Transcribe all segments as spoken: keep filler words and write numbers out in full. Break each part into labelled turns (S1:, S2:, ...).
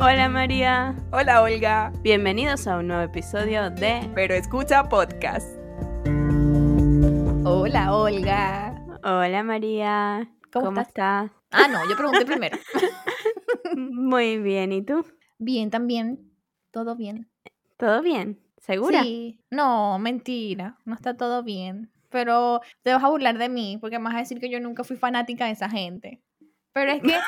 S1: Hola María.
S2: Hola Olga.
S1: Bienvenidos a un nuevo episodio de
S2: Pero Escucha Podcast. Hola Olga.
S1: Hola María.
S2: ¿Cómo,
S1: ¿Cómo
S2: estás?
S1: estás?
S2: Ah, no, yo pregunté primero.
S1: Muy bien, ¿y tú?
S2: Bien, también. Todo bien.
S1: ¿Todo bien? ¿Segura?
S2: Sí. No, mentira. No está todo bien. Pero te vas a burlar de mí porque me vas a decir que yo nunca fui fanática de esa gente. Pero es que...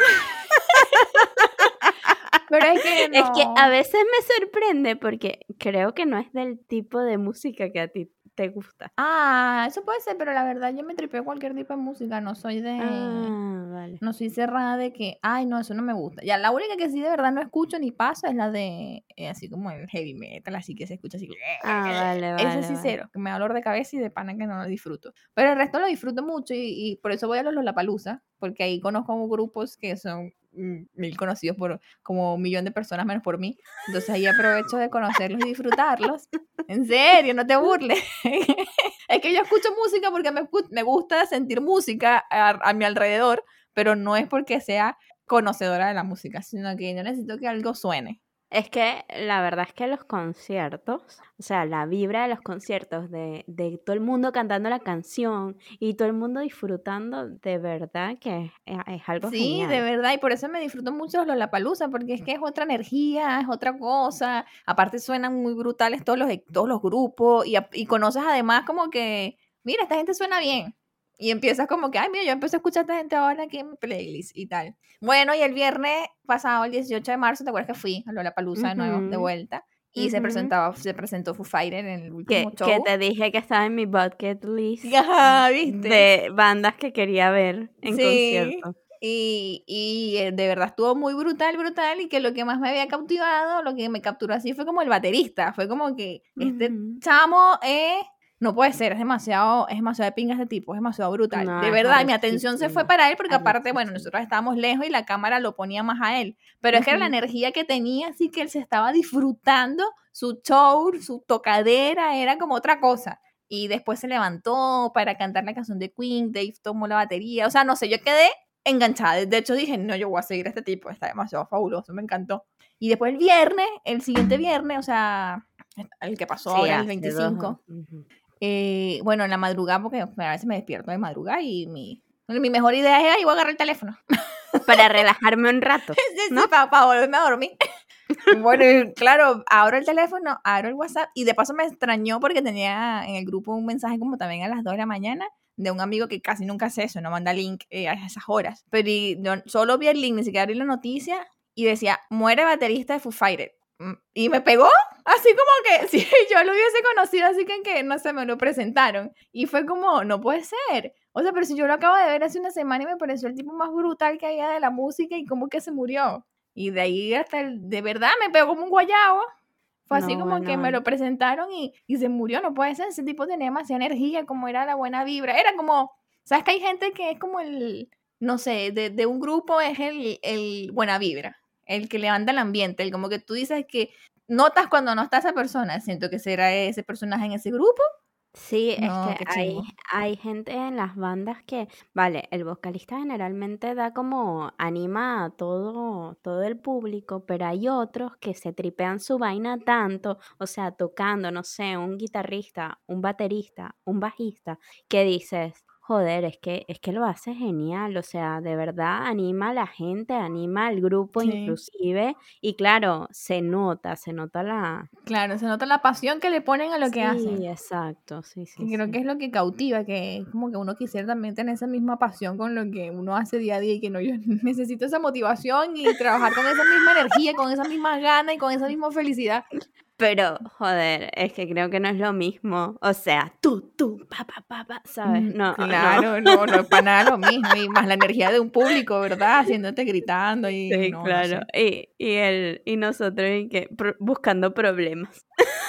S2: Pero es que no.
S1: Es que a veces me sorprende porque creo que no es del tipo de música que a ti te gusta.
S2: Ah, eso puede ser, pero la verdad yo me tripeo cualquier tipo de música. No soy de...
S1: Ah, vale.
S2: No soy cerrada de que, ay, no, eso no me gusta. Ya, la única que sí de verdad no escucho ni pasa es la de, eh, así como el heavy metal, así que se escucha así.
S1: Ah, vale, vale.
S2: Ese sí
S1: vale.
S2: cero, que me da dolor de cabeza y de pana que no lo disfruto. Pero el resto lo disfruto mucho y, y por eso voy a los Lollapalooza, porque ahí conozco grupos que son mm, mil conocidos por como un millón de personas menos por mí. Entonces ahí aprovecho de conocerlos y disfrutarlos. En serio, no te burles. Es que yo escucho música porque me, escu- me gusta sentir música a, a mi alrededor, pero no es porque sea conocedora de la música, sino que yo necesito que algo suene.
S1: Es que la verdad es que los conciertos, o sea, la vibra de los conciertos, de, de todo el mundo cantando la canción y todo el mundo disfrutando, de verdad que es, es algo
S2: Sí,
S1: genial.
S2: de verdad, y por eso me disfruto mucho los Lollapalooza, porque es que es otra energía, es otra cosa. Aparte suenan muy brutales todos los, todos los grupos y, y conoces además como que, mira, esta gente suena bien. Y empiezas como que, ay, mira, yo empecé a escuchar a esta gente ahora aquí en mi playlist y tal. Bueno, y el viernes pasado, el dieciocho de marzo, ¿te acuerdas que fui a Lollapalooza de nuevo, de
S1: Ujú,
S2: vuelta? Y se
S1: ujú.
S2: presentaba, se presentó Foo Fighter en el
S1: Que,
S2: último
S1: que
S2: show.
S1: te dije que estaba en mi bucket list
S2: Ajá, ¿viste?
S1: de bandas que quería ver en
S2: Sí,
S1: concierto.
S2: y, y eh, de verdad estuvo muy brutal, brutal, y que lo que más me había cautivado, lo que me capturó así fue como el baterista, fue como que este
S1: Ujú.
S2: chamo es, no puede ser, es demasiado, es demasiado de pinga este tipo, es demasiado brutal,
S1: No,
S2: de
S1: es
S2: verdad, mi atención se fue
S1: arrechísimo,
S2: para él, porque aparte, bueno,
S1: arrechísimo.
S2: nosotros estábamos lejos y la cámara lo ponía más a él, pero es que era la
S1: Ujú.
S2: energía que tenía, así que él se estaba disfrutando su show, su tocadera, era como otra cosa. Y después se levantó para cantar la canción de Queen, Dave tomó la batería, o sea, no sé, yo quedé enganchada, de hecho dije, no, yo voy a seguir a este tipo, está demasiado fabuloso, me encantó. Y después el viernes, el siguiente viernes, o sea, el que pasó
S1: Sí,
S2: ahora, el
S1: hace dos.
S2: veinticinco,
S1: Ujú.
S2: eh, bueno, en la madrugada, porque a veces me despierto de madrugada y mi, mi mejor idea es, ahí voy a agarrar el teléfono.
S1: Para relajarme un rato,
S2: Sí, sí,
S1: ¿no?
S2: para pa volverme a dormir. Bueno, y claro, abro el teléfono, abro el WhatsApp y de paso me extrañó porque tenía en el grupo un mensaje como también a las dos de la mañana de un amigo que casi nunca hace eso, no manda link eh, a esas horas. Pero y, yo solo vi el link, ni siquiera abrí la noticia y decía, muere baterista de Foo Fighters. Mm, Y me pegó, así como que si yo lo hubiese conocido, así que, que no sé, me lo presentaron. Y fue como, no puede ser. O sea, pero si yo lo acabo de ver hace una semana y me pareció el tipo más brutal que había de la música y como que se murió. Y de ahí hasta el, de verdad me pegó como un guayabo. Fue así
S1: No,
S2: como
S1: bueno,
S2: que me
S1: bueno.
S2: lo presentaron y, y se murió, no puede ser. Ese tipo tenía demasiada energía, como era la buena vibra. Era como, ¿sabes que hay gente que es como el, no sé, de, de un grupo es el, el buena vibra, el que levanta el ambiente, el como que tú dices que notas cuando no está esa persona. Siento que será ese personaje en ese grupo.
S1: Sí, es
S2: No,
S1: que
S2: qué
S1: hay,
S2: chimbo.
S1: hay gente en las bandas que, vale, el vocalista generalmente da como anima a todo, todo el público, pero hay otros que se tripean su vaina tanto, o sea, tocando, no sé, un guitarrista, un baterista, un bajista, que dices, joder, es que, es que lo hace genial, o sea, de verdad anima a la gente, anima al grupo
S2: Sí.
S1: inclusive, y claro, se nota, se nota la...
S2: Claro, se nota la pasión que le ponen a lo que hacen.
S1: Sí, exacto, sí,
S2: Que
S1: sí,
S2: creo
S1: sí.
S2: que es lo que cautiva, que es como que uno quisiera también tener esa misma pasión con lo que uno hace día a día y que no, yo necesito esa motivación y trabajar con esa misma energía, con esa misma gana y con esa misma felicidad.
S1: Pero, joder, es que creo que no es lo mismo. O sea, tú, tú, pa, pa, pa, pa, ¿sabes?
S2: Mm,
S1: No, no.
S2: Claro, no, no es para nada lo mismo. Y más la energía de un público, ¿verdad? Haciéndote gritando y
S1: Sí,
S2: no, no
S1: claro.
S2: sé.
S1: Y, y, el, y nosotros y que, pro- buscando problemas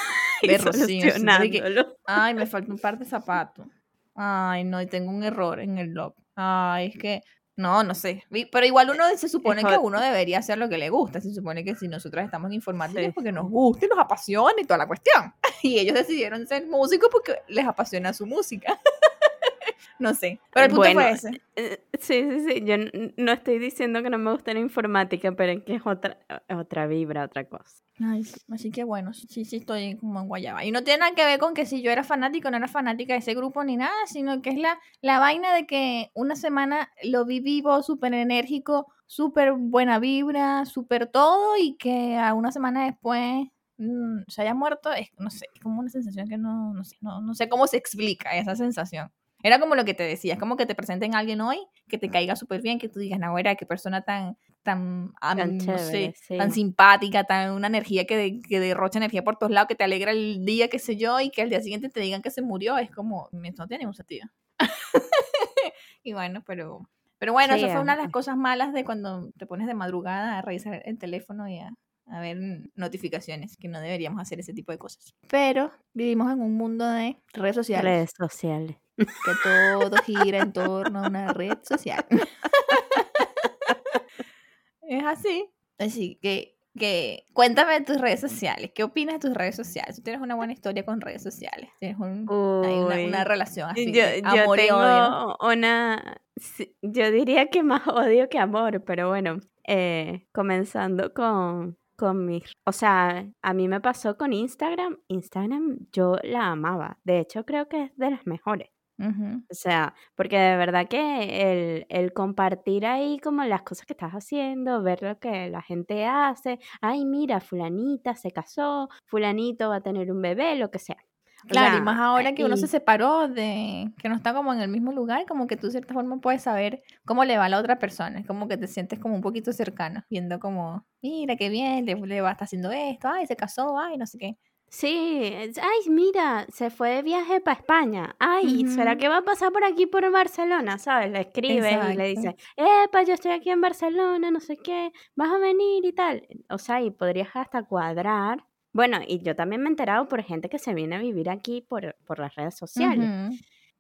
S1: y
S2: Berro, sí, me siento de que,
S1: solucionándolo.
S2: ay, me falta un par de zapatos. Ay, no, y tengo un error en el lock. Ay, es que, no, no sé. Vi- Pero igual uno se
S1: Es
S2: supone que
S1: hot.
S2: uno debería hacer lo que le gusta. Se supone que si nosotros estamos en informática es
S1: Sí,
S2: porque nos
S1: sí.
S2: gusta y nos apasiona y toda la cuestión. Y ellos decidieron ser músicos porque les apasiona su música. No sé, pero el punto
S1: Bueno,
S2: fue ese.
S1: eh, sí, sí, sí. Yo n- no estoy diciendo que no me gusta la informática, pero es que es otra, otra vibra, otra cosa.
S2: Ay, sí, así que bueno, sí, sí estoy como en guayaba. Y no tiene nada que ver con que si yo era fanática o no era fanática de ese grupo ni nada, sino que es la, la vaina de que una semana lo vi vivo, súper enérgico, súper buena vibra, súper todo, y que a una semana después mm, se haya muerto, es, no sé, es como una sensación que no, no sé, no, no sé cómo se explica esa sensación. Era como lo que te decía, es como que te presenten a alguien hoy, que te caiga súper bien, que tú digas, no, era qué persona tan, tan,
S1: Tan
S2: am, no
S1: chévere,
S2: sé, tan
S1: sí.
S2: simpática, tan una energía que, de- que derrocha energía por todos lados, que te alegra el día, qué sé yo, y que al día siguiente te digan que se murió, es como, esto no tiene ningún sentido. Y bueno, pero, pero bueno,
S1: Sí,
S2: eso fue
S1: ah,
S2: una de las cosas malas de cuando te pones de madrugada a revisar el teléfono y a, a ver notificaciones, que no deberíamos hacer ese tipo de cosas. Pero vivimos en un mundo de redes sociales,
S1: redes sociales.
S2: que todo gira en torno a una red social. Es así. Así que, que cuéntame de tus redes sociales. ¿Qué opinas de tus redes sociales? Tú tienes una buena historia con redes sociales. Tienes un, hay una, una
S1: Uy,
S2: relación así
S1: yo,
S2: de
S1: yo
S2: amor y odio.
S1: tengo una, sí, yo diría que más odio que amor, pero bueno, eh, comenzando con, con mis, o sea, a mí me pasó con Instagram. Instagram yo la amaba, de hecho creo que es de las mejores.
S2: Ujú.
S1: O sea, porque de verdad que el, el compartir ahí como las cosas que estás haciendo, ver lo que la gente hace, ay, mira, fulanita se casó, fulanito va a tener un bebé, lo que sea. O
S2: Claro, y más
S1: sea,
S2: ahora que uno se
S1: y
S2: separó de, que no está como en el mismo lugar, como que tú de cierta forma puedes saber cómo le va a la otra persona. Es como que te sientes como un poquito cercano, viendo como, mira qué bien, le, le va a estar haciendo esto, ay, se casó, ay, no sé qué.
S1: sí, es- ay, mira, se fue de viaje para España. Ay, ¿será
S2: Ujú.
S1: que va a pasar por aquí por Barcelona? ¿Sabes? Le escribes y le
S2: Exacto.
S1: dices, epa, yo estoy aquí en Barcelona, no sé qué, vas a venir y tal. O sea, y podrías hasta cuadrar. Bueno, y yo también me he enterado por gente que se viene a vivir aquí por, por las redes sociales.
S2: Ujú.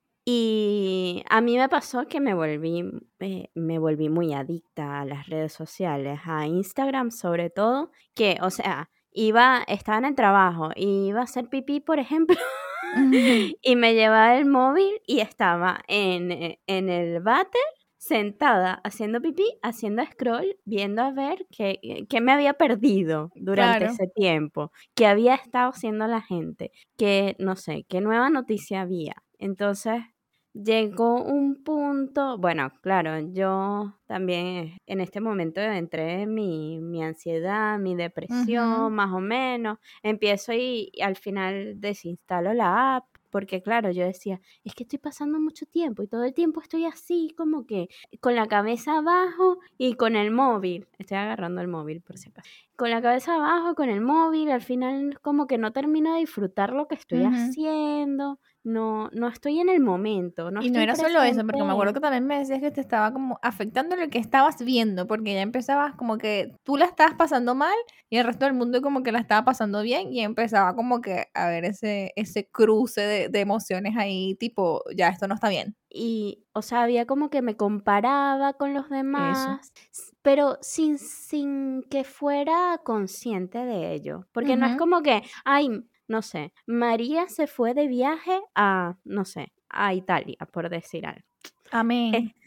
S1: Y a mí me pasó que me volví, eh, me volví muy adicta a las redes sociales, a Instagram sobre todo, que, o sea, iba, estaba en el trabajo, y iba a hacer pipí, por ejemplo,
S2: Ujú.
S1: y me llevaba el móvil y estaba en, eh, en el váter, sentada, haciendo pipí, haciendo scroll, viendo a ver qué, qué me había perdido durante
S2: Claro.
S1: ese tiempo, qué había estado haciendo la gente, que, no sé, qué nueva noticia había. Entonces, llegó un punto, bueno, claro, yo también en este momento entré en mi, mi ansiedad, mi
S2: Ujú.
S1: depresión, más o menos. Empiezo y, y al final desinstalo la app, porque claro, yo decía, es que estoy pasando mucho tiempo y todo el tiempo estoy así, como que con la cabeza abajo y con el móvil. Estoy agarrando el móvil por si acaso. Con la cabeza abajo, con el móvil, al final como que no termino de disfrutar lo que estoy
S2: Ujú.
S1: haciendo. No, no estoy en el momento, no
S2: Y no
S1: estoy
S2: era solo eso, porque me acuerdo
S1: presente.
S2: que también me decías que te estaba como afectando lo que estabas viendo, porque ya empezabas como que tú la estabas pasando mal y el resto del mundo como que la estaba pasando bien y empezaba como que a ver ese, ese cruce de, de emociones ahí, tipo, ya esto no está bien.
S1: Y, o sea, había como que me comparaba con los
S2: Eso.
S1: demás, s- pero sin, sin que fuera consciente de ello. Porque no es
S2: Ujú.
S1: como que, ay, no sé, María se fue de viaje a, no sé, a Italia, por decir algo. Eh,
S2: Amén.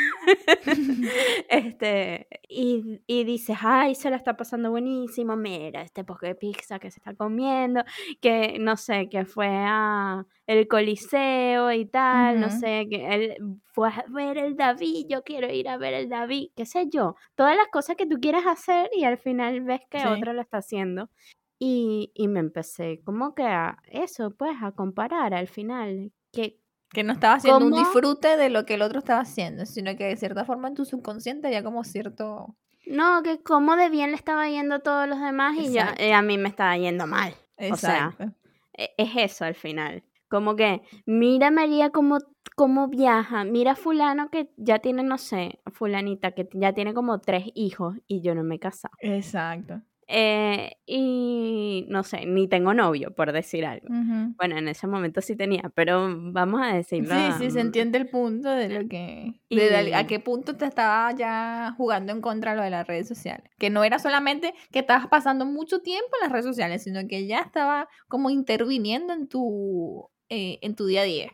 S1: Este, y, y dices, ay, se la está pasando buenísimo, mira, este poco de pizza que se está comiendo, que no sé, que fue a el Coliseo y tal, no
S2: Ujú.
S1: sé, que él fue a ver el David, yo quiero ir a ver el David, qué sé yo, todas las cosas que tú quieres hacer y al final ves que
S2: Sí.
S1: otro lo está haciendo. Y, y me empecé como que a eso, pues, a comparar al final, que
S2: Que no estaba haciendo un
S1: cómo.
S2: disfrute de lo que el otro estaba haciendo, sino que de cierta forma en tu subconsciente había como cierto...
S1: No, que cómo de bien le estaba yendo a todos los demás y ya eh,
S2: Exacto,
S1: a mí me estaba yendo mal. O sea,
S2: exacto.
S1: e- es eso al final. Como que, mira María cómo, cómo viaja, mira fulano que ya tiene, no sé, fulanita que ya tiene como tres hijos y yo no me he casado.
S2: Exacto.
S1: Eh, y no sé, ni tengo novio, por decir algo.
S2: Ujú.
S1: Bueno, en ese momento sí tenía, pero vamos a decirlo.
S2: Sí,
S1: a-
S2: sí, se
S1: mm,
S2: entiende el punto de lo que, de, de a
S1: Y
S2: qué punto te estaba ya jugando en contra lo de las redes sociales. Que no era solamente que estabas pasando mucho tiempo en las redes sociales, sino que ya estaba como interviniendo en tu, eh, en tu día a día.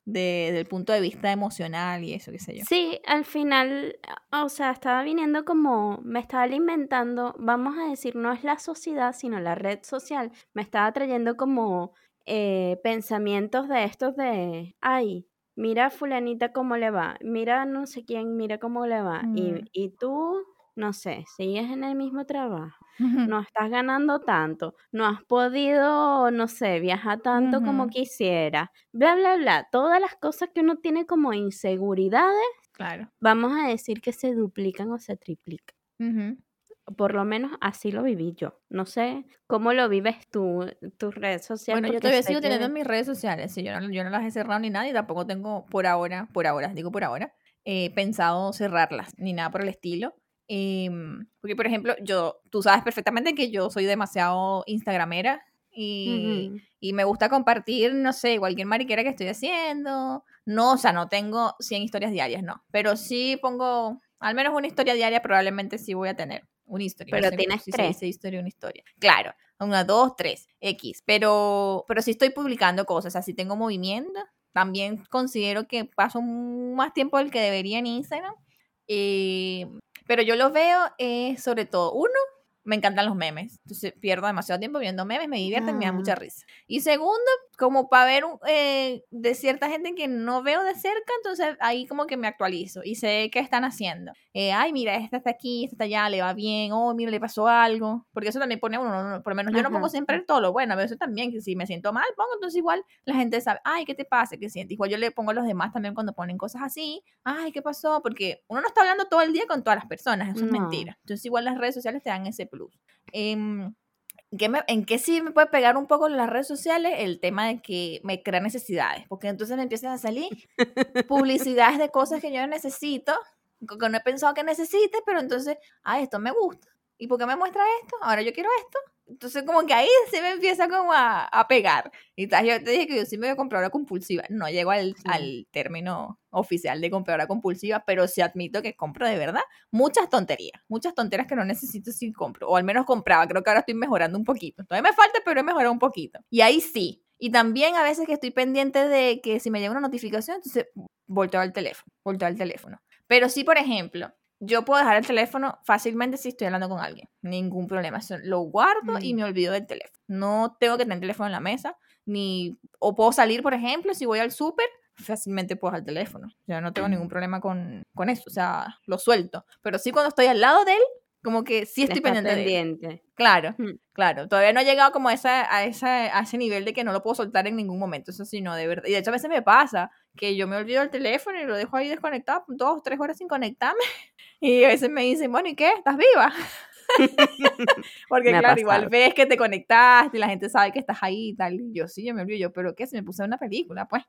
S2: de, del punto de vista emocional y eso, qué sé yo.
S1: Sí, al final, o sea, estaba viniendo como, me estaba alimentando, vamos a decir, no es la sociedad, sino la red social, me estaba trayendo como eh, pensamientos de estos de, ay, mira a fulanita cómo le va, mira a no sé quién, mira cómo le va, y,
S2: Mm.
S1: y tú, no sé, sigues en el mismo trabajo,
S2: Ujú.
S1: no estás ganando tanto, no has podido, no sé, viajar tanto como
S2: Ujú.
S1: quisiera, bla, bla, bla, todas las cosas que uno tiene como inseguridades,
S2: Claro.
S1: vamos a decir que se duplican o se triplican.
S2: Ujú.
S1: Por lo menos así lo viví yo. No sé cómo lo vives tú, tu red social,
S2: Bueno, yo
S1: porque
S2: todavía
S1: sé
S2: sigo teniendo
S1: que...
S2: mis redes sociales, sí, yo no, yo no las he cerrado ni nada y tampoco tengo por ahora, por ahora, digo por ahora, eh, pensado cerrarlas ni nada por el estilo. Em, porque, por ejemplo, yo, tú sabes perfectamente que yo soy demasiado instagramera y,
S1: Ujú.
S2: y me gusta compartir, no sé, cualquier mariquera que estoy haciendo. No, o sea, no tengo cien historias diarias, no, pero sí pongo al menos una historia diaria, probablemente sí voy a tener una historia, no
S1: Pero
S2: sé
S1: tienes
S2: si se
S1: tres.
S2: dice historia o una historia. Claro, una, dos, tres, X, pero, pero sí estoy publicando cosas, así tengo movimiento. También considero que paso más tiempo del que debería en Instagram. Eh, pero yo los veo eh, sobre todo, uno, me encantan los memes. Entonces pierdo demasiado tiempo viendo memes, me divierten, me da mucha
S1: Ah,
S2: risa. Y segundo, como para ver un- eh, de cierta gente que no veo de cerca, entonces ahí como que me actualizo y sé qué están haciendo. Eh, ay, mira, esta está aquí, esta está allá, le va bien, oh, mira, le pasó algo. Porque eso también pone a uno, no, no, por lo menos yo no pongo
S1: ajá.
S2: siempre todo lo bueno, a veces también, que si me siento mal, pongo, entonces igual la gente sabe, ay, ¿qué te pasa? ¿Qué sientes? Igual yo le pongo a los demás también cuando ponen cosas así, ay, ¿qué pasó? Porque uno no está hablando todo el día con todas las personas, eso es
S1: No.
S2: mentira. Entonces igual las redes sociales te dan ese plus. Eh, ¿Qué me, ¿En qué sí me puede pegar un poco las redes sociales? El tema de que me crea necesidades, porque entonces me empiezan a salir publicidades de cosas que yo no necesito, que no he pensado que necesite, pero entonces, ah, esto me gusta. ¿Y por qué me muestra esto? Ahora yo quiero esto. Entonces como que ahí se me empieza como a, a pegar. Y tal, yo te dije que yo sí me voy a compradora compulsiva. No llego al,
S1: Sí.
S2: al término oficial de compradora compulsiva, pero sí admito que compro de verdad muchas tonterías. Muchas tonterías que no necesito si compro. O al menos compraba. Creo que ahora estoy mejorando un poquito. Todavía me falta, pero he mejorado un poquito. Y ahí sí. Y también a veces que estoy pendiente de que si me llega una notificación, entonces volteo al teléfono. Volteo al teléfono. Pero sí, por ejemplo, yo puedo dejar el teléfono fácilmente si estoy hablando con alguien. Ningún problema. Lo guardo y
S1: Mm.
S2: me olvido del teléfono. No tengo que tener el teléfono en la mesa. Ni, o puedo salir, por ejemplo, si voy al súper, fácilmente puedo dejar el teléfono. Ya no tengo ningún problema con, con eso. O sea, lo suelto. Pero sí cuando estoy al lado de él, como que sí estoy
S1: Está
S2: pendiente de él.
S1: pendiente.
S2: Claro,
S1: Mm.
S2: claro. Todavía no he llegado como a, esa, a, esa, a ese nivel de que no lo puedo soltar en ningún momento. Eso sí, no, de verdad. Y de hecho a veces me pasa que yo me olvido el teléfono y lo dejo ahí desconectado dos, tres horas sin conectarme. Y a veces me dicen, bueno, ¿y qué? ¿Estás viva? Porque
S1: Me ha
S2: claro, igual
S1: pasado.
S2: ves que te conectaste y la gente sabe que estás ahí y tal. Y yo sí, yo me olvido. Yo, ¿pero qué? Se me puse una película, pues.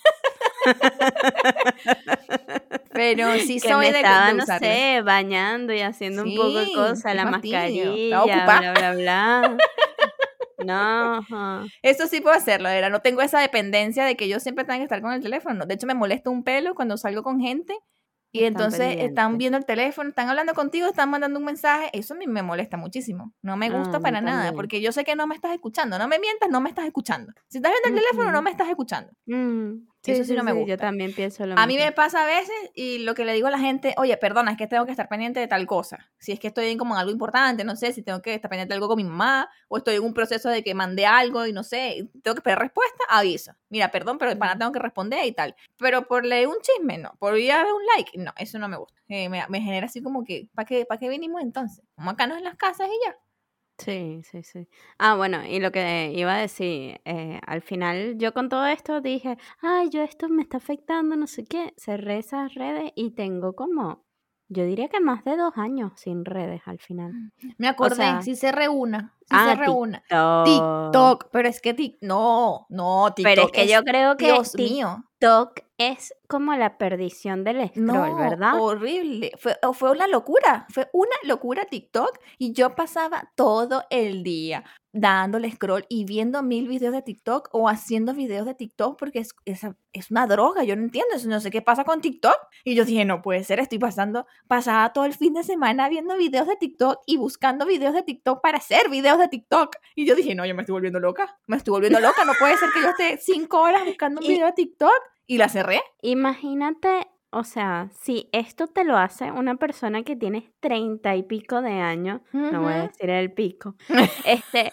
S2: Pero sí
S1: Que me
S2: soy de,
S1: estaba,
S2: de
S1: no
S2: usarlo.
S1: sé, bañando y haciendo un poco de
S2: Sí,
S1: cosas,
S2: qué
S1: la
S2: fastidio. Estaba
S1: mascarilla,
S2: ocupada.
S1: bla, bla, bla. No, ajá.
S2: Eso sí puedo hacerlo, ¿verdad? No tengo esa dependencia de que yo siempre tenga que estar con el teléfono. De hecho, me molesta un pelo cuando salgo con gente y
S1: Están
S2: entonces están
S1: pendientes.
S2: viendo el teléfono, están hablando contigo, están mandando un mensaje. Eso a mí me molesta muchísimo. No me
S1: Ah,
S2: gusta
S1: a mí
S2: para nada,
S1: también.
S2: porque yo sé que no me estás escuchando. No me mientas, no me estás escuchando. Si estás viendo el teléfono, no
S1: Ujú.
S2: me estás escuchando.
S1: Mm,
S2: Eso
S1: sí,
S2: sí
S1: sí,
S2: no me
S1: sí, yo
S2: gusta.
S1: también pienso lo
S2: A mí
S1: mismo.
S2: me pasa a veces y lo que le digo a la gente, oye, perdona, es que tengo que estar pendiente de tal cosa. Si es que estoy en como en algo importante, no sé, si tengo que estar pendiente de algo con mi mamá o estoy en un proceso de que mandé algo y no sé, tengo que esperar respuesta, aviso. Mira, perdón, pero de pana
S1: Mm.
S2: tengo que responder y tal. Pero por leer un chisme, no. Por ir a ver un like, no, eso no me gusta. Eh, me, me genera así como que, ¿para qué, ¿para qué vinimos entonces? Como acá no en las casas y ya.
S1: Sí, sí, sí. Ah, bueno, y lo que iba a decir, eh, al final yo con todo esto dije, ay, yo esto me está afectando, no sé qué, cerré esas redes y tengo como, yo diría que más de dos años sin redes al final.
S2: Me
S1: O
S2: acordé,
S1: sea,
S2: si se reúna, si se
S1: ah,
S2: reúna.
S1: TikTok.
S2: TikTok, pero es que Tik- no, no,
S1: Pero es
S2: TikTok
S1: que yo
S2: es,
S1: creo que
S2: Dios mío.
S1: TikTok es como la perdición del scroll,
S2: No,
S1: ¿verdad?
S2: horrible. Fue, oh, fue una locura. Fue una locura TikTok. Y yo pasaba todo el día dándole scroll y viendo mil videos de TikTok o haciendo videos de TikTok porque es, es, es una droga. Yo no entiendo eso. No sé qué pasa con TikTok. Y yo dije, no puede ser. Estoy pasando, pasaba todo el fin de semana viendo videos de TikTok y buscando videos de TikTok para hacer videos de TikTok. Y yo dije, no, yo me estoy volviendo loca. Me estoy volviendo loca. No puede ser que yo esté cinco horas buscando un
S1: Y,
S2: video de TikTok y la cerré.
S1: Imagínate, o sea, si esto te lo hace una persona que tiene treinta y pico de años, no voy a
S2: Ujú.
S1: decir el pico, este,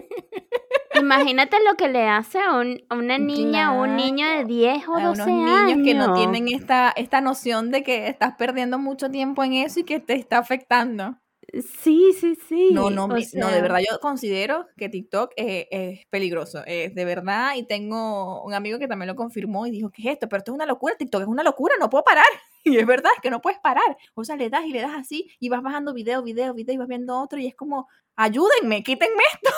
S1: imagínate lo que le hace a, un- a una niña o un niño de
S2: Claro,
S1: diez o
S2: a
S1: doce
S2: unos niños que no
S1: años.
S2: tienen esta, esta noción de que estás perdiendo mucho tiempo en eso y que te está afectando.
S1: Sí, sí,
S2: No,
S1: sí,
S2: no,
S1: o
S2: mi- no, de
S1: sea,
S2: verdad yo considero que TikTok eh, es peligroso, es de verdad, y tengo un amigo que también lo confirmó y dijo, ¿qué es esto? Pero esto es una locura, TikTok es una locura, no puedo parar. Y es verdad, es que no puedes parar. O sea, le das y le das así y vas bajando video, video, video y vas viendo otro y es como, ayúdenme, quítenme esto.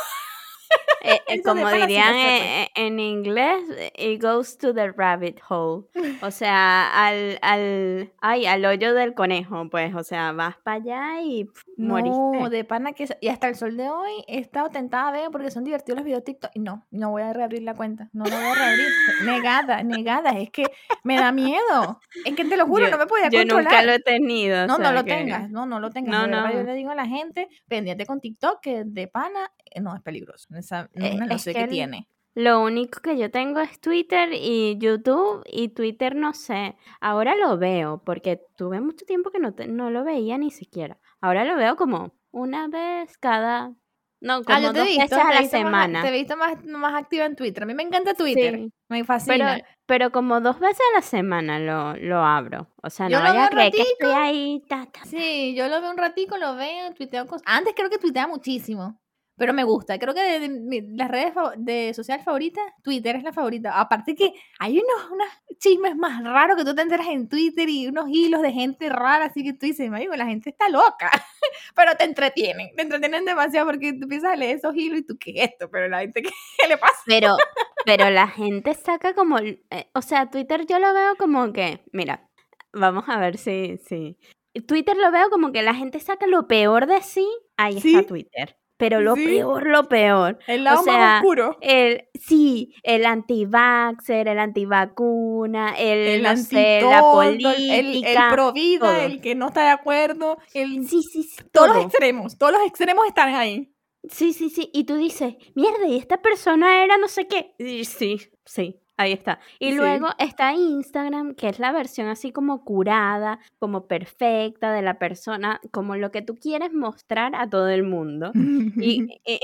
S1: eh, eh,
S2: Eso de
S1: como
S2: pana sí
S1: dirían
S2: lo cerré.
S1: eh, eh, en inglés, eh, it goes to the rabbit hole. O sea, al, al, ay, al hoyo del conejo, pues, o sea, vas para allá y pf,
S2: No,
S1: moriste.
S2: de pana que... Y hasta el sol de hoy he estado tentada a ver porque son divertidos los videos de TikTok. Y no, no voy a reabrir la cuenta. No la voy a reabrir. Negada, negada. Es que me da miedo. Es que te lo juro,
S1: Yo,
S2: no me podía
S1: yo nunca
S2: controlar.
S1: lo he tenido, o
S2: No, no
S1: sea
S2: lo
S1: que,
S2: tengas. No, no lo tengas.
S1: no,
S2: De verdad, yo
S1: no,
S2: le digo a la gente, pendiente con TikTok, que de pana eh, no es peligroso. Esa, no,
S1: eh,
S2: no
S1: es
S2: sé
S1: que
S2: qué
S1: el-
S2: tiene.
S1: lo único que yo tengo es Twitter y YouTube, y Twitter no sé, ahora lo veo, porque tuve mucho tiempo que no, te- no lo veía ni siquiera. Ahora lo veo como una vez cada, no,
S2: Ah, yo
S1: como
S2: te he
S1: dos veces
S2: visto,
S1: a
S2: te he
S1: la
S2: visto más, te
S1: semana.
S2: he visto más, más activa en Twitter. A mí me encanta Twitter.
S1: Sí,
S2: Me
S1: pero,
S2: fascina.
S1: pero como dos veces a la semana lo, lo abro. O sea, no
S2: Yo lo
S1: vaya
S2: veo
S1: a
S2: un
S1: creer que
S2: ratico.
S1: estoy ahí, ta, ta, ta.
S2: Sí, yo lo veo un ratico, lo veo, tuiteo cosas. Antes creo que tuiteaba muchísimo, pero me gusta. Creo que de, de mi- las redes fa- de social favoritas, Twitter es la favorita. Aparte que hay unos, unos chismes más raros que tú te enteras en Twitter y unos hilos de gente rara, así que tú dices, marico, la gente está loca. Pero te entretienen, te entretienen demasiado porque tú empiezas a leer esos hilos y tú, ¿qué es esto? Pero la gente, ¿qué, qué le pasa?
S1: Pero, pero la gente saca como, eh, o sea, Twitter yo lo veo como que, mira, vamos a ver si, si. Twitter lo veo como que la gente saca lo peor de sí, ahí está
S2: Sí,
S1: Twitter. Pero lo
S2: sí,
S1: peor, lo peor.
S2: el
S1: O
S2: lado más
S1: sea,
S2: oscuro.
S1: el, sí, el anti-vaxxer, el antivacuna, el,
S2: El
S1: no sé, la
S2: antitodo, el, el, el
S1: política,
S2: pro vida,
S1: todo.
S2: el que no está de acuerdo, el,
S1: Sí, sí, sí,
S2: todos los
S1: todo.
S2: extremos, todos los extremos están ahí.
S1: Sí, sí, sí. Y tú dices, mierda, y esta persona era no sé qué. Y sí, sí, ahí está. Y
S2: Sí.
S1: luego está Instagram, que es la versión así como curada, como perfecta de la persona, como lo que tú quieres mostrar a todo el mundo. Y, y-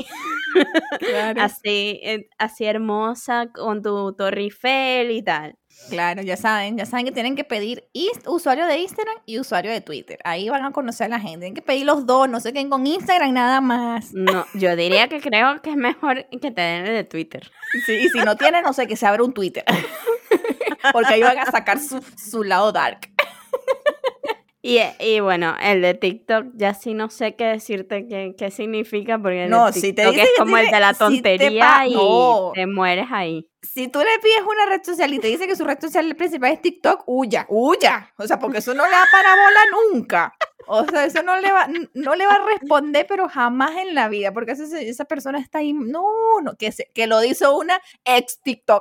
S2: Claro.
S1: así, eh, así hermosa, con tu Torre Eiffel y tal.
S2: Claro, ya saben, ya saben que tienen que pedir is- usuario de Instagram y usuario de Twitter. Ahí van a conocer a la gente. Tienen que pedir los dos, no se queden con Instagram nada más.
S1: No, yo diría que creo que es mejor que te den el de Twitter.
S2: Sí, y si no tienen, no sé, que se abra un Twitter. Porque ahí van a sacar su, su lado dark.
S1: Y, y bueno, el de TikTok ya sí no sé qué decirte qué, qué significa, porque el
S2: No,
S1: de
S2: si te
S1: TikTok
S2: dice
S1: es
S2: que
S1: como el
S2: tiene-
S1: de la
S2: si te
S1: tontería
S2: pa-
S1: y
S2: no.
S1: te mueres ahí.
S2: Si tú le pides una red social y te dice que su red social principal es TikTok, huya, huya. O sea, porque eso no le da para bola nunca. O sea, eso no le va, no le va a responder, pero jamás en la vida, porque esa, esa persona está ahí, no, no, que, se, que lo hizo una ex TikTok.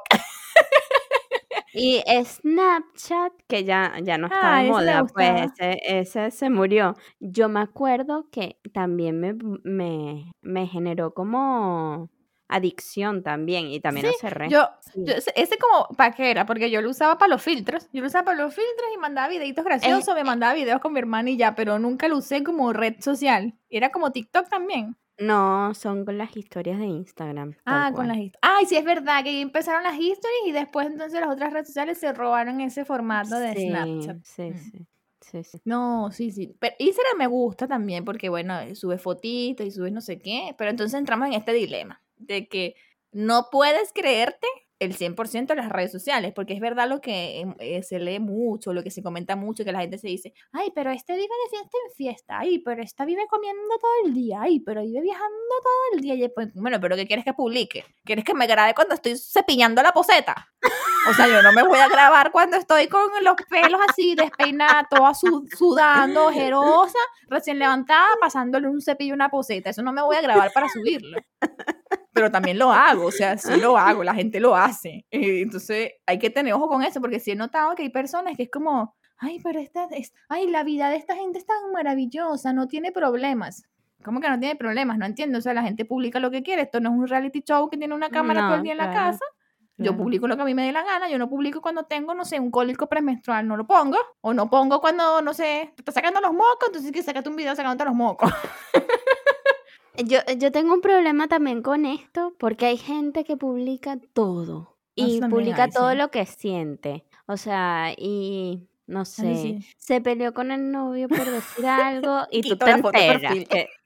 S1: Y Snapchat, que ya, ya no está
S2: Ah,
S1: de
S2: ese me
S1: moda, pues
S2: gustaba.
S1: ese, ese se murió. Yo me acuerdo que también me, me, me generó como adicción también, y también
S2: Sí,
S1: lo cerré.
S2: yo,
S1: Sí.
S2: yo ese, ese como, ¿para qué era? Porque yo lo usaba para los filtros. Yo lo usaba para los filtros y mandaba videitos graciosos, me mandaba videos con mi hermana y ya, pero nunca lo usé como red social. Era como TikTok también.
S1: No, son con las historias de Instagram, tal
S2: Ah, con
S1: cual.
S2: las historias. Ay, sí, es verdad que ahí empezaron las historias y después entonces las otras redes sociales se robaron ese formato de
S1: Sí,
S2: Snapchat.
S1: sí,
S2: Mm.
S1: sí, sí, sí.
S2: No, sí, sí. Pero Instagram me gusta también porque, bueno, eh, subes fotitos y subes no sé qué. Pero entonces entramos en este dilema de que no puedes creerte el cien por ciento de las redes sociales, porque es verdad lo que em, eh, se lee mucho, lo que se comenta mucho, que la gente se dice, ay, pero este vive de fiesta en fiesta, ay, pero esta vive comiendo todo el día, ay, pero vive viajando todo el día. Y pues, bueno, pero ¿qué quieres que publique? ¿Quieres que me grabe cuando estoy cepillando la poseta? O sea, yo no me voy a grabar cuando estoy con los pelos así, despeinada, toda su- sudando, ojerosa, recién levantada, pasándole un cepillo y una poseta. Eso no me voy a grabar para subirlo. Pero también lo hago, o sea, sí lo hago, la gente lo hace. Eh, entonces hay que tener ojo con eso, porque sí he notado que hay personas que es como, ay, pero esta, es, ay, la vida de esta gente es tan maravillosa, no tiene problemas. ¿Cómo que no tiene problemas? No entiendo, o sea, la gente publica lo que quiere, esto no es un reality show que tiene una cámara todo el
S1: No,
S2: día en la
S1: claro.
S2: casa. Yo
S1: Claro.
S2: publico lo que a mí me dé la gana, yo no publico cuando tengo, no sé, un cólico premenstrual, no lo pongo. O no pongo cuando, no sé, te está sacando los mocos, entonces que sacate un video sacándote los mocos.
S1: Yo, yo tengo un problema también con esto porque hay gente que publica todo
S2: Eso
S1: y
S2: también
S1: publica
S2: hay,
S1: todo
S2: sí.
S1: lo que siente. O sea, y no
S2: Eso
S1: sé,
S2: sí.
S1: se peleó con el novio por decir algo y tú
S2: Quito
S1: te
S2: la foto de
S1: enteras
S2: perfil.
S1: que...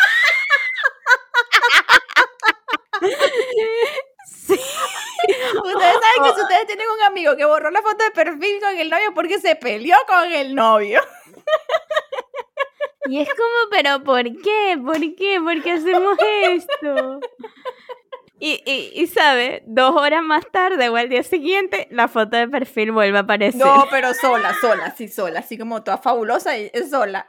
S1: Sí.
S2: Ustedes saben que si ustedes tienen un amigo que borró la foto de perfil con el novio porque se peleó con el novio.
S1: Y es como, pero ¿por qué? ¿Por qué? ¿Por qué hacemos esto? Y, y, y ¿sabe? Dos horas más tarde o al día siguiente, la foto de perfil vuelve a aparecer.
S2: No, pero sola, sola, sí, sola, así como toda fabulosa y es sola.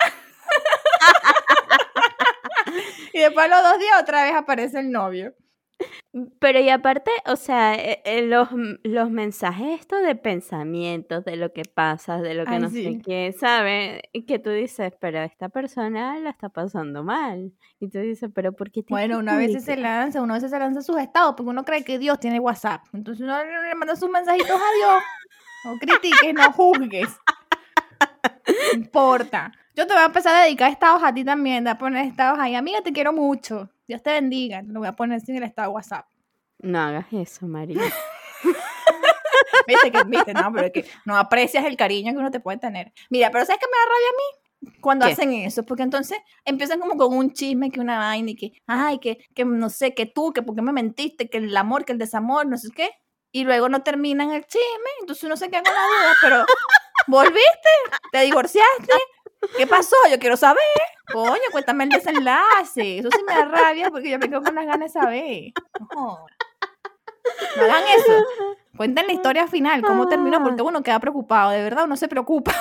S2: Y después a los dos días otra vez aparece el novio.
S1: Pero y aparte, o sea, eh, eh, los, los mensajes estos de pensamientos, de lo que pasa, de lo que
S2: Ay,
S1: no
S2: sí.
S1: sé qué, ¿sabes? Y que tú dices, pero esta persona la está pasando mal. Y tú dices, pero ¿por qué te
S2: Bueno, una vez se lanza, una vez se lanza sus estados, porque uno cree que Dios tiene WhatsApp. Entonces uno le manda sus mensajitos a Dios. No critiques, no juzgues. No importa. Yo te voy a empezar a dedicar estados a ti también, a poner estados ahí. Amiga, te quiero mucho. Dios te bendiga. Lo voy a poner sin el estado de WhatsApp.
S1: No hagas eso, María.
S2: Viste que, viste, no, pero es que no aprecias el cariño que uno te puede tener. Mira, pero ¿sabes qué me da rabia a mí? Cuando
S1: ¿Qué?
S2: hacen eso, porque entonces empiezan como con un chisme, que una vaina, y que, ay, que, que no sé, que tú, que por qué me mentiste, que el amor, que el desamor, no sé qué, y luego no terminan el chisme, entonces uno se queda con la duda, pero, ¿volviste? ¿Te divorciaste? ¿Qué pasó? Yo quiero saber. Coño, cuéntame el desenlace. Eso sí me da rabia, porque yo me quedo con las ganas de saber. No, no hagan eso. Cuenten la historia final, cómo terminó, porque uno queda preocupado, de verdad uno se preocupa.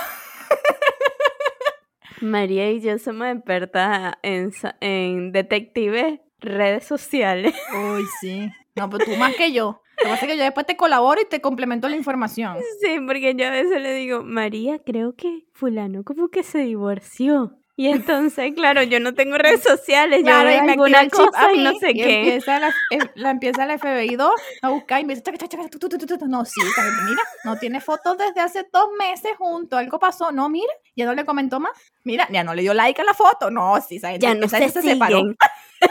S1: María y yo somos expertas en, sa- en detectives, redes sociales.
S2: Uy, sí. No, pero tú más que yo. Lo que pasa es que yo después te colaboro y te complemento la información.
S1: Sí, porque yo a veces le digo, María, creo que fulano como que se divorció. Y entonces, claro, yo no tengo redes sociales,
S2: Claro,
S1: yo
S2: y
S1: veo
S2: me activa
S1: alguna
S2: el chip a
S1: cosa y
S2: mí,
S1: no sé
S2: y
S1: qué.
S2: empieza la, eh, la empieza la F B I dos a buscar y me dice, chaca, chaca, chaca, tu, tu, tu, tu, tu. No, sí, esta gente, mira, no tiene fotos desde hace dos meses juntos, algo pasó, no, mira, ya no le comentó más, mira, ya no le dio like a la foto, no, sí, esa gente,
S1: Ya no
S2: esa
S1: se
S2: gente se separó.
S1: siguen.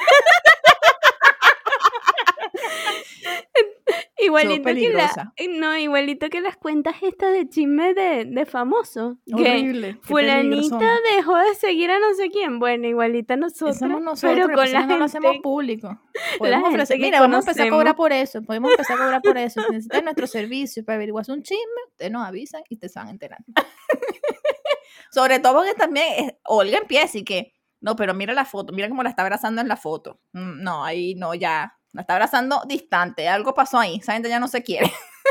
S1: Igualito
S2: Sos
S1: que la,
S2: peligrosa.
S1: no, igualito que las cuentas estas de chisme de, de famosos. Que
S2: Horrible, qué
S1: fulanita
S2: peligro somos.
S1: dejó de seguir a no sé quién. Bueno, igualita nosotros,
S2: Somos nosotros,
S1: pero
S2: lo que
S1: con
S2: pasa es
S1: la
S2: que no lo hacemos
S1: gente,
S2: público.
S1: la
S2: Podemos
S1: gente
S2: ofrecer,
S1: que
S2: mira, vamos a empezar a cobrar
S1: conocemos.
S2: por eso, podemos empezar a cobrar por eso. Si necesitan nuestro servicio para averiguar un chisme, ustedes nos avisan y te se van a enterar. Sobre todo porque también es- Olga empieza y que, no, pero mira la foto, mira cómo la está abrazando en la foto. Mm, No, ahí no, ya, la está abrazando distante, algo pasó ahí, esa gente ya no se quiere.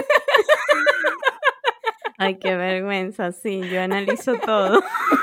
S1: Ay, qué vergüenza, sí, yo analizo todo.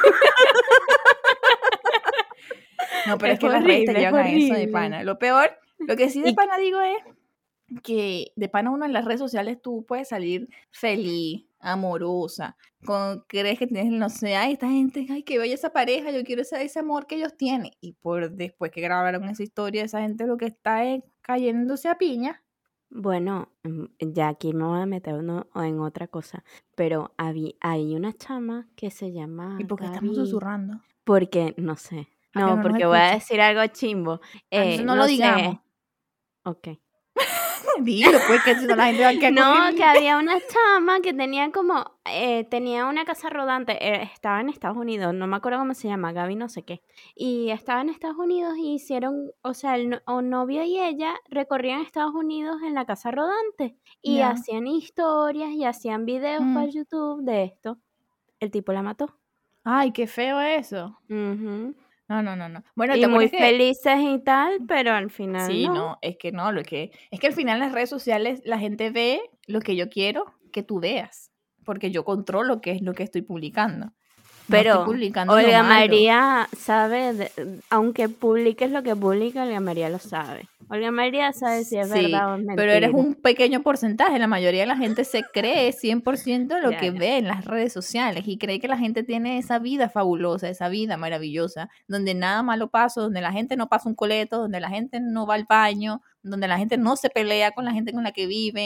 S2: No, pero es,
S1: Es
S2: que las redes te
S1: horrible, es
S2: llevan a eso de
S1: horrible.
S2: pana. Lo peor, lo que sí de
S1: Y-
S2: pana digo es que de pana uno en las redes sociales tú puedes salir feliz, amorosa, con, crees que tienes, no sé, ay, esta gente, ay, que bella esa pareja, yo quiero ese, ese amor que ellos tienen. Y por después que grabaron esa historia, esa gente lo que está es cayéndose a piña.
S1: Bueno, mm, ya aquí me voy a meter uno en otra cosa, pero habí- hay una chama que se llama
S2: ¿Y por qué estamos
S1: Gaby,
S2: susurrando?
S1: porque, no sé,
S2: A que
S1: no,
S2: no nos
S1: porque voy a
S2: escuchen.
S1: decir algo chimbo.
S2: Ah,
S1: Eh,
S2: entonces no
S1: no
S2: lo
S1: sé,
S2: digamos.
S1: ok.
S2: Dilo, pues, que si no la gente va a quedar
S1: No,
S2: con...
S1: que había una chama que tenía como, eh, tenía una casa rodante, eh, estaba en Estados Unidos, no me acuerdo cómo se llama, Gaby no sé qué, y estaba en Estados Unidos y hicieron, o sea, el no- o novio y ella recorrían Estados Unidos en la casa rodante y
S2: Ya.
S1: hacían historias y hacían videos
S2: Mm.
S1: para YouTube de esto. El tipo la mató.
S2: Ay, qué feo eso.
S1: Ujú.
S2: No, no, no, no. Bueno,
S1: Y
S2: ¿te
S1: muy
S2: acuerdas que...?
S1: felices y tal, pero al final
S2: Sí,
S1: no.
S2: no, es que no, lo que... Es que al final en las redes sociales la gente ve lo que yo quiero que tú veas, porque yo controlo qué es lo que estoy publicando. No estoy
S1: Pero
S2: publicando lo
S1: Olga
S2: malo.
S1: María sabe, de- aunque publiques lo que publica, Olga María lo sabe. Olga María sabe si es
S2: Sí,
S1: verdad o es mentira.
S2: pero eres un pequeño porcentaje. La mayoría de la gente se cree cien por ciento lo
S1: Ya,
S2: que
S1: ya.
S2: ve en las redes sociales y cree que la gente tiene esa vida fabulosa, esa vida maravillosa, donde nada malo pasa, donde la gente no pasa un coleto, donde la gente no va al baño, donde la gente no se pelea con la gente con la que vive.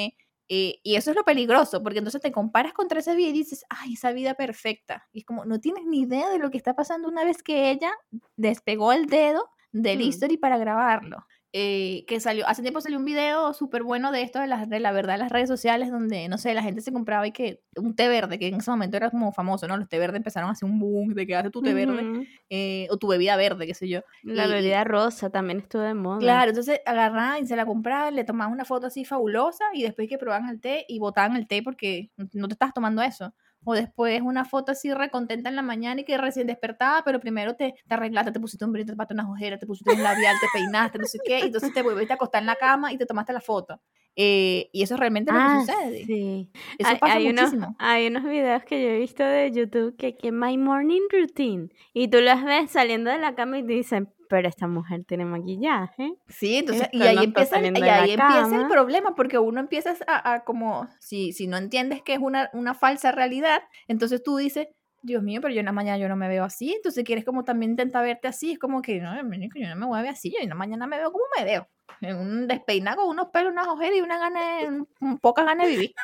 S2: Eh, y eso es lo peligroso, porque entonces te comparas contra esa vida y dices, ay, esa vida perfecta. Y es como, no tienes ni idea de lo que está pasando una vez que ella despegó el dedo del
S1: Mm.
S2: history para grabarlo. Eh, que salió, hace tiempo salió un video súper bueno de esto de la, de la verdad en las redes sociales, donde, no sé, la gente se compraba y que un té verde, que en ese momento era como famoso, ¿no? Los té verdes empezaron a hacer un boom de que hace tu té verde,
S1: Ujú.
S2: eh, o tu bebida verde, qué sé yo.
S1: La
S2: Y- y-
S1: bebida rosa también estuvo de moda.
S2: Claro, entonces agarraban y se la compraban, le tomaban una foto así fabulosa y después que probaban el té y botaban el té porque no te estás tomando eso. O después una foto así recontenta en la mañana y que recién despertaba, pero primero te, te arreglaste, te pusiste un brillo, te tapaste unas ojeras, te pusiste un labial, te peinaste, no sé qué, y entonces te volviste a acostar en la cama y te tomaste la foto. Eh, y eso es realmente lo que
S1: Ah,
S2: sucede.
S1: sí.
S2: Eso
S1: Hay,
S2: pasa
S1: hay unos,
S2: muchísimo.
S1: hay unos videos que yo he visto de YouTube que que My Morning Routine. Y tú las ves saliendo de la cama y te dicen, pero esta mujer tiene maquillaje.
S2: Sí, entonces, y
S1: Esto
S2: ahí
S1: no está
S2: empieza el,
S1: saliendo
S2: y
S1: de la
S2: ahí empieza el
S1: cama.
S2: problema, porque uno empieza a, a como, si, si no entiendes que es una, una falsa realidad, entonces tú dices, Dios mío, pero yo en la mañana yo no me veo así, entonces quieres como también intentar verte así, es como que, no, yo no me voy a ver así, yo en la mañana me veo como me veo, en un despeinado con unos pelos, unas ojeras y una gana de, un- un- poca gana de vivir.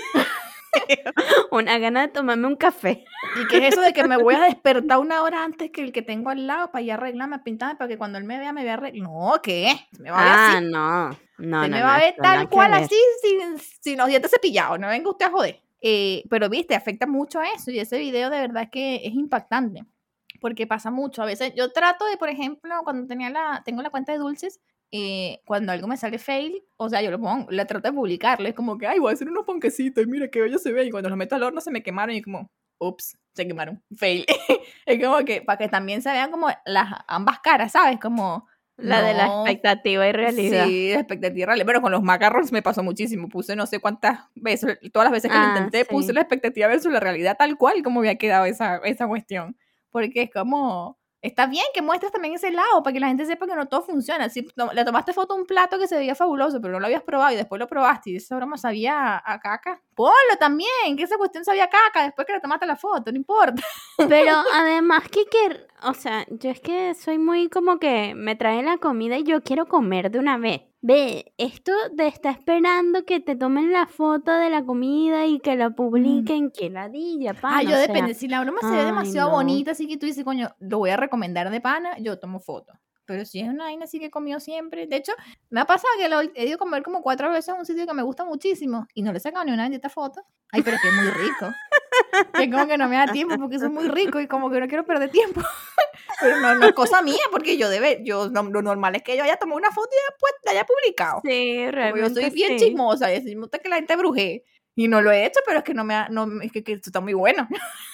S1: Una gana de tomarme un café.
S2: ¿Y qué es eso de que me voy a despertar una hora antes que el que tengo al lado para ya arreglarme, pintarme, para que cuando él me vea, me vea arreglado? No, ¿qué? Me va a ver
S1: Ah,
S2: así.
S1: no. No,
S2: Usted
S1: no,
S2: me
S1: no,
S2: va a ver
S1: esto nada
S2: tal
S1: que
S2: cual
S1: ver.
S2: así, sin, sin los dientes cepillados. No venga usted a joder. Eh, pero viste, afecta mucho a eso. Y ese video de verdad que es impactante. Porque pasa mucho. A veces yo trato de, por ejemplo, cuando tenía la, tengo la cuenta de dulces, eh, cuando algo me sale fail, o sea, yo lo pongo, la trato de publicarlo. Es como que, ay, voy a hacer unos ponquecitos y mira qué bello se ve. Y cuando los meto al horno se me quemaron y como, ups, se quemaron. Fail. Es como que, para que también se vean como las ambas caras, ¿sabes? Como,
S1: La de la
S2: no.
S1: expectativa y realidad.
S2: Sí, la expectativa real. Pero con los macarons me pasó muchísimo. Puse no sé cuántas veces, todas las veces que lo
S1: Ah,
S2: intenté, puse
S1: sí.
S2: la expectativa versus la realidad tal cual como había quedado esa, esa cuestión. Porque es como, está bien que muestres también ese lado para que la gente sepa que no todo funciona. Si to- le tomaste foto a un plato que se veía fabuloso, pero no lo habías probado y después lo probaste y esa broma sabía a, a caca, ponlo también, que esa cuestión sabía a caca después que le tomaste la foto, no importa.
S1: Pero además que, que, o sea, yo es que soy muy como que me traen la comida y yo quiero comer de una vez. Ve, esto de estar esperando que te tomen la foto de la comida y que la publiquen, qué ladilla,
S2: Ah,
S1: pana,
S2: yo
S1: o sea.
S2: depende. Si la broma se ve
S1: Ay,
S2: demasiado
S1: no.
S2: bonita, así que tú dices, coño, lo voy a recomendar de pana, yo tomo foto. Pero si es una vaina así que he comido siempre. De hecho, me ha pasado que lo he ido a comer como cuatro veces en un sitio que me gusta muchísimo y no le he sacado ni una bendita foto. Ay, pero es que es muy rico. Es como que no me da tiempo porque eso es muy rico y como que no quiero perder tiempo. Pero no, no es cosa mía porque yo debe, yo no, lo normal es que yo haya tomado una foto y después la haya publicado.
S1: Sí,
S2: Como yo
S1: realmente
S2: soy bien
S1: sí.
S2: chismosa y así me gusta que la gente bruje. Y no lo he hecho, pero es que no me ha, no, es que, que esto está muy bueno.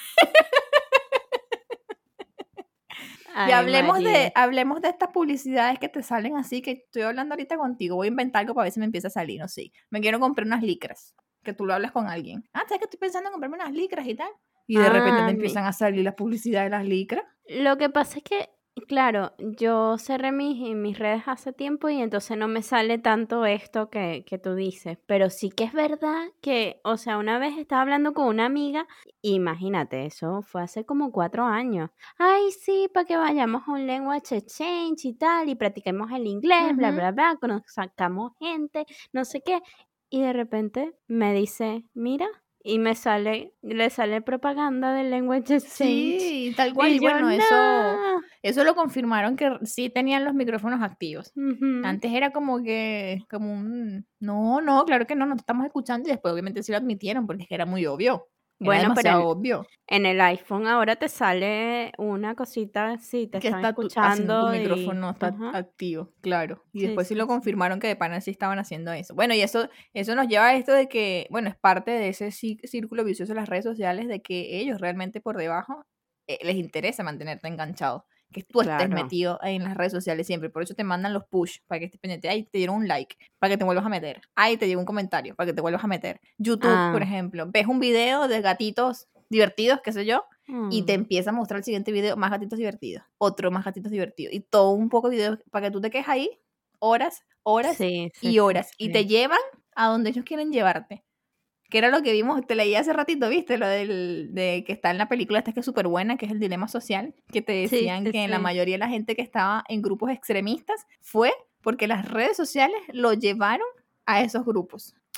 S2: Y
S1: Ay,
S2: hablemos de,
S1: María.
S2: hablemos de estas publicidades que te salen así, que estoy hablando ahorita contigo. Voy a inventar algo para ver si me empieza a salir, no sé. Me quiero comprar unas licras. Que tú lo hablas con alguien. Ah, ¿sabes que estoy pensando en comprarme unas licras y tal? Y de repente
S1: Ah,
S2: te
S1: mi-
S2: empiezan a salir las publicidades de las licras.
S1: Lo que pasa es que, claro, yo cerré mis, mis redes hace tiempo y entonces no me sale tanto esto que, que tú dices. Pero sí que es verdad que, o sea, una vez estaba hablando con una amiga, imagínate, eso fue hace como cuatro años. Ay, sí, para que vayamos a un language exchange y tal, y practiquemos el inglés, bla,
S2: Ujú.
S1: bla, bla, conozcamos gente, no sé qué. Y de repente me dice, mira, y me sale, le sale propaganda del language exchange.
S2: Sí, tal cual.
S1: Y
S2: Y
S1: yo,
S2: bueno, eso,
S1: no.
S2: eso lo confirmaron que sí tenían los micrófonos activos.
S1: Ujú.
S2: Antes era como que, como un, no, no, claro que no, no te estamos escuchando. Y después obviamente sí lo admitieron porque es que era muy obvio. Era
S1: Bueno, pero
S2: demasiado
S1: en,
S2: obvio
S1: en el iPhone ahora te sale una cosita, sí, te
S2: que
S1: están
S2: está tu- haciendo tu
S1: escuchando y...
S2: micrófono está
S1: Ajá.
S2: activo, claro. Y
S1: Sí,
S2: después sí
S1: sí,
S2: lo
S1: sí.
S2: confirmaron que de pana sí estaban haciendo eso. Bueno, y eso, eso nos lleva a esto de que, bueno, es parte de ese cí- círculo vicioso de las redes sociales de que ellos realmente por debajo eh, les interesa mantenerte enganchado. Que tú estés
S1: Claro.
S2: metido ahí en las redes sociales siempre. Por eso te mandan los push para que estés pendiente. Ahí te dieron un like para que te vuelvas a meter. Ahí te llegó un comentario para que te vuelvas a meter. YouTube, por
S1: Ah.
S2: ejemplo. Ves un video de gatitos divertidos, qué sé yo, y te
S1: Mm.
S2: empieza a mostrar el siguiente video, más gatitos divertidos, otro más gatitos divertidos, y todo un poco de videos para que tú te quedes ahí horas, horas
S1: Sí, sí,
S2: y
S1: sí,
S2: horas, y te
S1: sí.
S2: llevan a donde ellos quieren llevarte. Que era lo que vimos, te leí hace ratito, ¿viste? Lo del, de que está en la película esta que es súper buena, que es el dilema social, que te
S1: Sí,
S2: decían
S1: sí,
S2: que la
S1: sí.
S2: mayoría de la gente que estaba en grupos extremistas fue porque las redes sociales lo llevaron a esos grupos.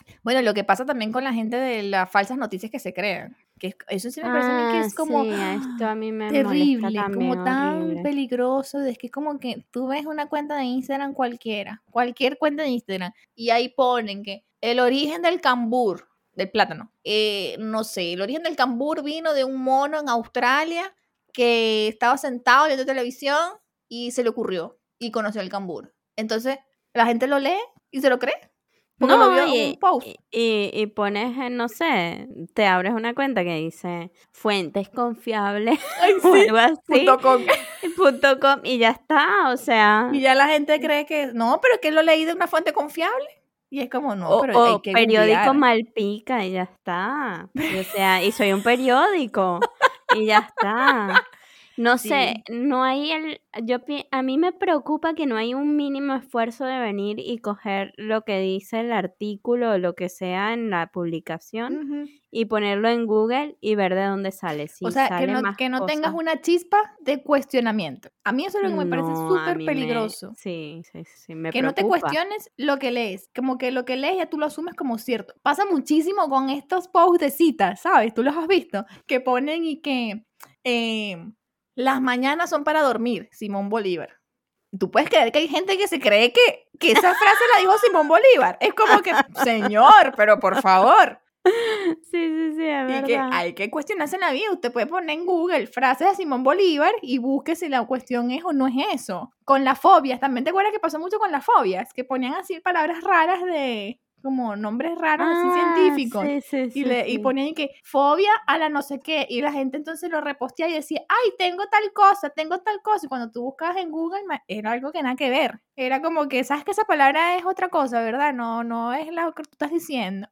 S2: Bueno, lo que pasa también con la gente de las falsas noticias que se crean. Que es- eso sí me parece a mí que
S1: Ah,
S2: es como
S1: sí, esto a mí me molesta
S2: terrible, es
S1: también,
S2: como tan
S1: horrible.
S2: peligroso. Es que es como que tú ves una cuenta de Instagram cualquiera, cualquier cuenta de Instagram, y ahí ponen que el origen del cambur, del plátano, eh, no sé, el origen del cambur vino de un mono en Australia que estaba sentado viendo televisión y se le ocurrió y conoció el cambur. Entonces, la gente lo lee y se lo cree porque lo
S1: No,
S2: vio en un
S1: y,
S2: post.
S1: y, y- y pones, eh, no sé, te abres una cuenta que dice fuentes confiables
S2: Ay,
S1: o
S2: sí,
S1: algo así,
S2: punto com.
S1: punto com, y ya está, o sea,
S2: Y ya la gente cree que, no, pero es que lo leí de una fuente confiable. Y es como, no,
S1: o,
S2: pero hay
S1: o
S2: que
S1: periódico
S2: googlear.
S1: Malpica y ya está. Y, o sea, y soy un periódico y ya está. No sé,
S2: Sí.
S1: no hay el, yo pi- a mí me preocupa que no hay un mínimo esfuerzo de venir y coger lo que dice el artículo o lo que sea en la publicación
S2: Ujú.
S1: y ponerlo en Google y ver de dónde sale.
S2: O
S1: Si
S2: sea, que
S1: sale
S2: no,
S1: más
S2: que no tengas
S1: cosas.
S2: una chispa de cuestionamiento. A mí eso es lo que me parece
S1: No, a
S2: súper
S1: mí me,
S2: peligroso.
S1: sí, sí, sí, me
S2: Que no te
S1: preocupa.
S2: cuestiones lo que lees. Como que lo que lees ya tú lo asumes como cierto. Pasa muchísimo con estos posts de citas, ¿sabes? Tú los has visto. Que ponen y que eh, las mañanas son para dormir, Simón Bolívar. ¿Tú puedes creer que hay gente que se cree que, que esa frase la dijo Simón Bolívar? Es como que, señor, pero por favor.
S1: Sí, sí, sí, es
S2: Y que
S1: verdad.
S2: hay que cuestionarse en la vida. Usted puede poner en Google frases de Simón Bolívar y busque si la cuestión es o no es eso. Con las fobias, también te acuerdas que pasó mucho con las fobias, que ponían así palabras raras de, como nombres raros así
S1: Ah,
S2: científicos.
S1: sí, sí,
S2: Y,
S1: sí,
S2: le, y
S1: sí.
S2: ponían que fobia a la no sé qué. Y la gente entonces lo reposteaba y decía, ay, tengo tal cosa, tengo tal cosa. Y cuando tú buscabas en Google, ma- era algo que nada que ver. Era como que, sabes que esa palabra es otra cosa, ¿verdad? No, no es lo que tú estás diciendo.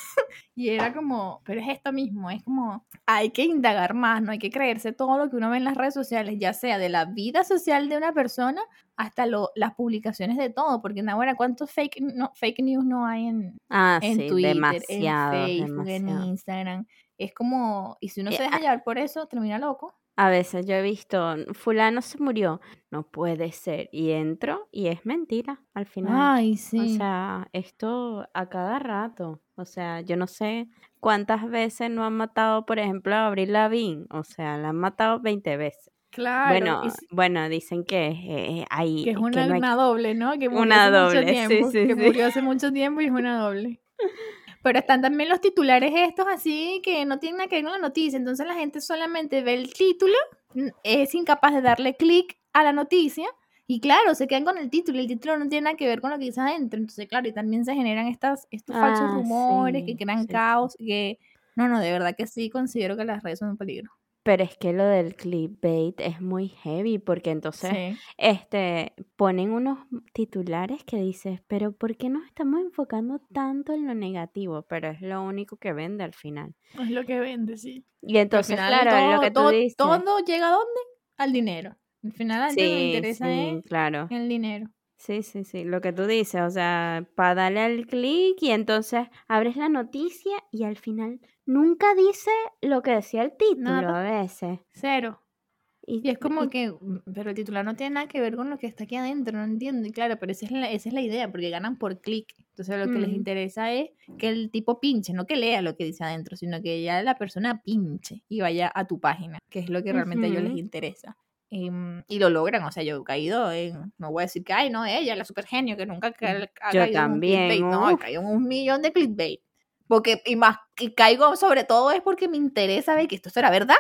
S2: Y era como, pero es esto mismo, es como, hay que indagar más, no hay que creerse todo lo que uno ve en las redes sociales, ya sea de la vida social de una persona hasta lo, las publicaciones de todo, porque ahora cuántos fake, no, fake news no hay en,
S1: Ah,
S2: en
S1: sí,
S2: Twitter, en
S1: demasiados,
S2: Facebook, en
S1: demasiados.
S2: Instagram. Es como, y si uno
S1: Eh,
S2: se deja
S1: a,
S2: llevar por eso, termina loco.
S1: a veces yo he visto, fulano se murió, no puede ser, y entro y es mentira al final.
S2: Ay,
S1: O
S2: sí.
S1: sea, esto a cada rato. O sea, yo no sé cuántas veces no han matado, por ejemplo, a Avril Lavigne. O sea, la han matado veinte veces.
S2: Claro, y
S1: Bueno,
S2: sí,
S1: bueno, dicen que eh, hay,
S2: que es una,
S1: que no hay
S2: una doble, ¿no? Que murió
S1: una
S2: hace mucho
S1: doble, sí,
S2: tiempo,
S1: sí,
S2: que
S1: sí.
S2: murió hace mucho tiempo y es una doble. Pero están también los titulares estos así que no tienen nada que ver con la noticia. Entonces la gente solamente ve el título, n- es incapaz de darle clic a la noticia y claro, se quedan con el título y el título no tiene nada que ver con lo que dice adentro. Entonces, claro, y también se generan estas, estos falsos
S1: Ah,
S2: rumores que
S1: sí,
S2: crean
S1: sí, sí.
S2: caos, que no, no, de verdad que sí considero que las redes son un peligro.
S1: Pero es que lo del clickbait es muy heavy porque entonces
S2: Sí,
S1: este ponen unos titulares que dices, pero ¿por qué nos estamos enfocando tanto en lo negativo? Pero es lo único que vende al final.
S2: es lo que vende, sí.
S1: Y
S2: Que al
S1: entonces,
S2: final
S1: claro, es lo
S2: todo,
S1: que tú
S2: todo,
S1: dices.
S2: todo llega a dónde? Al dinero. Al final a la gente lo que le
S1: Sí,
S2: interesa es
S1: sí, claro.
S2: el dinero.
S1: Sí, sí, sí, lo que tú dices, o sea, para darle al clic y entonces abres la noticia y al final nunca dice lo que decía el título
S2: Nada,
S1: a veces.
S2: cero.
S1: Y,
S2: Y es como
S1: y
S2: que, mm, pero el titular no tiene nada que ver con lo que está aquí adentro, no entiendo. Y claro, pero esa es la, esa es la idea, porque ganan por clic. Entonces lo que les
S1: mm,
S2: interesa es que el tipo pinche, no que lea lo que dice adentro, sino que ya la persona pinche y vaya a tu página, que es lo que realmente a ellos les
S1: ujú.
S2: interesa. Em, y lo logran, o sea, yo he caído en, no voy a decir que, ay, no, ella, la super genio, que nunca ca- ha
S1: Yo
S2: caído en un
S1: también,
S2: clickbait, no, he
S1: uff.
S2: caído en un millón de clickbait. Porque, y más, y caigo sobre todo es porque me interesa ver que esto será verdad.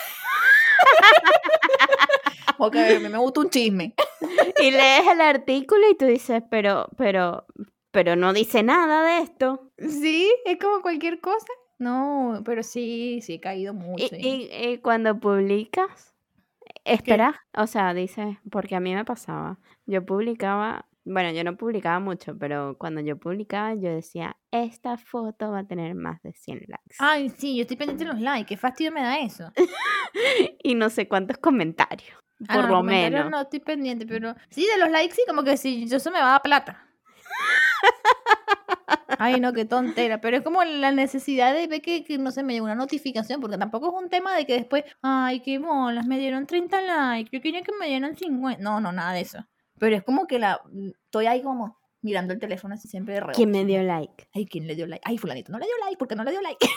S2: Porque a mí me gusta un chisme.
S1: Y lees el artículo y tú dices, pero, pero, pero no dice nada de esto.
S2: Sí, es como cualquier cosa. No, pero sí, sí he caído mucho.
S1: Y,
S2: Y...
S1: y, y cuando publicas,
S2: ¿Qué?
S1: esperas, o sea, dices, porque a mí me pasaba, yo publicaba, bueno, yo no publicaba mucho, pero cuando yo publicaba, yo decía, esta foto va a tener más de cien likes.
S2: Ay, sí, yo estoy pendiente de los likes. Qué fastidio me da eso.
S1: Y no sé cuántos comentarios,
S2: Ah, no,
S1: por
S2: los
S1: lo
S2: comentarios
S1: menos.
S2: no estoy pendiente, pero sí, de los likes sí, como que sí, yo eso me va a dar plata. Ay, no, qué tontera. Pero es como la necesidad de ver que, que no sé, me llegó una notificación, porque tampoco es un tema de que después, ay, qué bolas, me dieron treinta likes, yo quería que me dieran cincuenta. No, no, nada de eso. Pero es como que la estoy ahí como, mirando el teléfono así siempre de reojo.
S1: ¿Quién me dio like?
S2: Ay, ¿quién le dio like? Ay, fulanito no le dio like, ¿por qué no le dio like?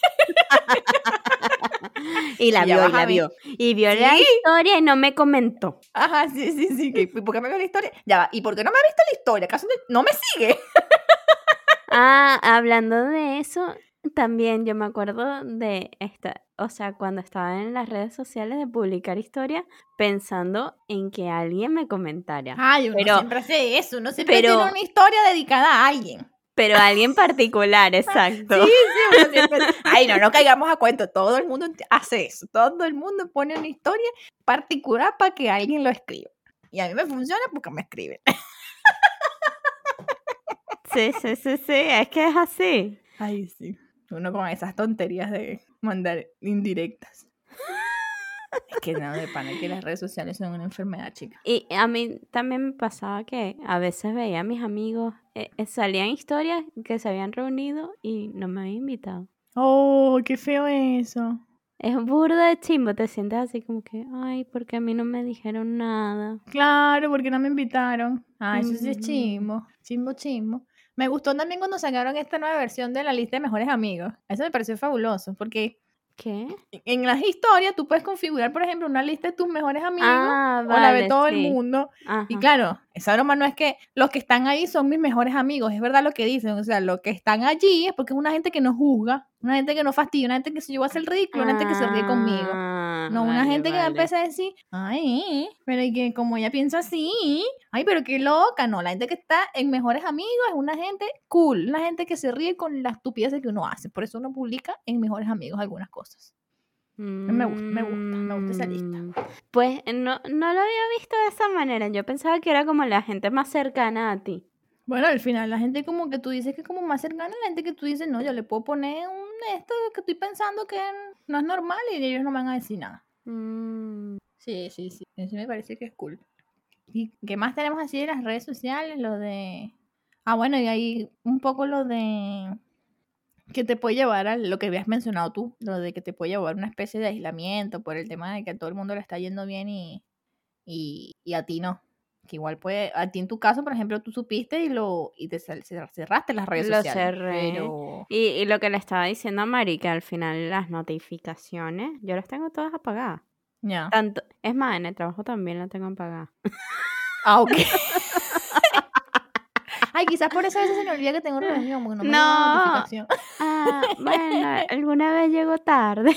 S1: Y la
S2: Y ya
S1: vio, y
S2: vas a
S1: la
S2: ver.
S1: vio. Y vio
S2: ¿Sí?
S1: la historia y no me comentó.
S2: Ajá, sí, sí, sí. ¿Y por qué me vio la historia? Ya va, ¿y por qué no me ha visto la historia? ¿Acaso no me sigue?
S1: Ah, hablando de eso, también yo me acuerdo de esta, o sea, cuando estaba en las redes sociales de publicar historias pensando en que alguien me comentara.
S2: Ay, uno
S1: Pero-
S2: siempre hace eso, uno siempre
S1: pero-
S2: tiene una historia dedicada a alguien.
S1: Pero alguien particular, exacto.
S2: Sí, sí, uno siempre... Ay, no, no caigamos a cuento, todo el mundo hace eso, todo el mundo pone una historia particular para que alguien lo escriba. Y a mí me funciona porque me escriben.
S1: Sí, sí, sí, sí, es que es así.
S2: Ay, sí. Uno con esas tonterías de mandar indirectas. Es que no, de pana que las redes sociales son una enfermedad, chica.
S1: Y a mí también me pasaba que a veces veía a mis amigos, eh, eh, salían historias que se habían reunido y no me habían invitado.
S2: Oh, qué feo eso.
S1: Es burda de chimbo, te sientes así como que, ay, porque a mí no me dijeron nada.
S2: Claro, porque no me invitaron. Ah, eso sí es
S1: Ujú.
S2: chimbo. Chimbo, chimbo. Me gustó también cuando sacaron esta nueva versión de la lista de mejores amigos. Eso me pareció fabuloso, porque
S1: ¿Qué?
S2: en las historias tú puedes configurar, por ejemplo, una lista de tus mejores amigos
S1: Ah,
S2: o la ve
S1: vale,
S2: todo el
S1: sí.
S2: mundo.
S1: Ajá.
S2: Y claro, esa broma no es que los que están ahí son mis mejores amigos, es verdad lo que dicen, o sea, los que están allí es porque es una gente que no juzga, una gente que no fastidia, una gente que se lleva a hacer el ridículo, una gente que se ríe conmigo.
S1: Ah,
S2: No, una
S1: vale,
S2: gente que va a
S1: vale.
S2: empezar a decir, ay, pero y que como ella piensa así, ay, pero qué loca, no, la gente que está en mejores amigos es una gente cool, una gente que se ríe con las estupideces que uno hace, por eso uno publica en mejores amigos algunas cosas. Me gusta, me gusta, me gusta esa lista.
S1: Mm, Pues no, no lo había visto de esa manera. Yo pensaba que era como la gente más cercana a ti.
S2: Bueno, al final la gente como que tú dices que es como más cercana, la gente que tú dices, no, yo le puedo poner un esto que estoy pensando que no es normal y ellos no van a decir nada.
S1: Mm,
S2: Sí, sí, sí, eso me parece que es cool. ¿Y qué más tenemos así de las redes sociales? Lo de... Ah, bueno, y ahí un poco lo de... que te puede llevar a lo que habías mencionado tú, lo de que te puede llevar a una especie de aislamiento por el tema de que a todo el mundo le está yendo bien y, y, y a ti no. Que igual puede, a ti en tu caso, por ejemplo, tú supiste y lo y te sal- cerraste las redes
S1: Lo
S2: sociales.
S1: cerré.
S2: Pero
S1: Y, y lo que le estaba diciendo a Mari, que al final las notificaciones, yo las tengo todas apagadas.
S2: ya.
S1: Tanto, es más, en el trabajo también las tengo apagadas.
S2: Ah, ok. Ay, quizás por eso a veces se me olvida que tengo reunión, porque no me llega la
S1: No.
S2: notificación.
S1: Ah, bueno, alguna vez llego tarde.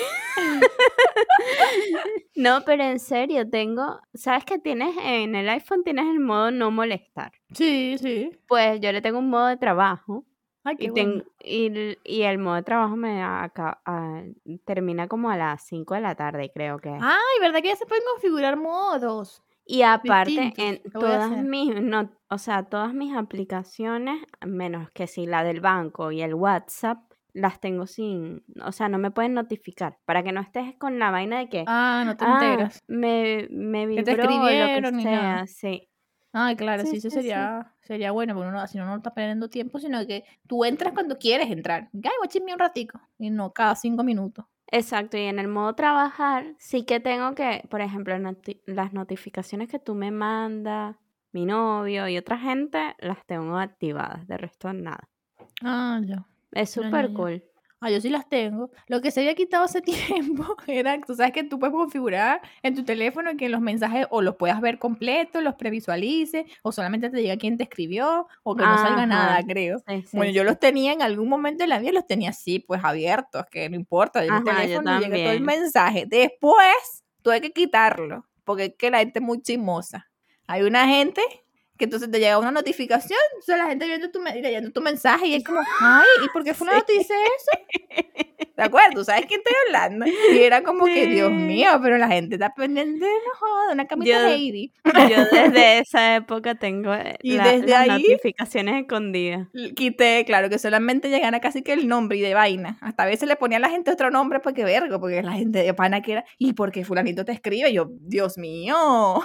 S1: No, pero en serio, tengo, ¿sabes que tienes en el iPhone tienes el modo no molestar?
S2: Sí, sí.
S1: Pues yo le tengo un modo de trabajo
S2: Ay, qué
S1: y,
S2: bueno.
S1: ten- y, el- y el modo de trabajo me aca- a- termina como a las cinco de la tarde, creo que es.
S2: Ay, ¿verdad que ya se pueden configurar modos?
S1: Y aparte,
S2: distintos,
S1: en
S2: lo voy a
S1: todas
S2: hacer.
S1: mis, no, o sea, todas mis aplicaciones, menos que si la del banco y el WhatsApp, las tengo sin, o sea, no me pueden notificar, para que no estés con la vaina de que,
S2: Ah, no te
S1: ah,
S2: enteras.
S1: me, me
S2: Que te
S1: vibró, lo que
S2: escribieron ni nada.
S1: sea, sí.
S2: Ay, claro,
S1: Sí,
S2: sí, eso
S1: sí, sí.
S2: sería, sería bueno, porque uno, así uno no está perdiendo tiempo, sino que tú entras cuando quieres entrar. Ay, voy a chismear un ratico. Y no cada cinco minutos.
S1: Exacto, y en el modo trabajar sí que tengo que, por ejemplo, noti- las notificaciones que tú me mandas, mi novio y otra gente, las tengo activadas, de resto nada.
S2: Ah, ya.
S1: Es
S2: Ya, ya,
S1: súper
S2: ya.
S1: cool.
S2: Ah, yo sí las tengo. Lo que se había quitado hace tiempo era, tú sabes que tú puedes configurar en tu teléfono que los mensajes o los puedas ver completos, los previsualices, o solamente te diga quién te escribió, o que no salga
S1: Ajá.
S2: nada, creo.
S1: Sí, sí,
S2: Bueno, yo
S1: sí.
S2: los tenía en algún momento de la vida, los tenía así, pues abiertos, que no importa, de mi
S1: Ajá, yo
S2: teléfono llega todo el
S1: también.
S2: mensaje. Después tuve que quitarlo, porque es que la gente es muy chismosa. Hay una gente que entonces te llega una notificación, entonces la gente viendo tu, me- leyendo tu mensaje y es como, ay, ¿y por qué fulano te dice eso? ¿De acuerdo? ¿Sabes quién estoy hablando? Y era como que, Dios
S1: Sí.
S2: mío, pero la gente está pendiente de no joda, una camita
S1: Yo-
S2: Heidi.
S1: Yo desde esa época tengo eh,
S2: Y
S1: la-
S2: desde
S1: las
S2: ahí-
S1: notificaciones escondidas.
S2: L- Quité, claro, que solamente llegara casi que el nombre y de vaina. Hasta a veces le ponía a la gente otro nombre porque vergo, porque la gente de pana que era, ¿y por qué fulanito te escribe? Y yo, Dios mío.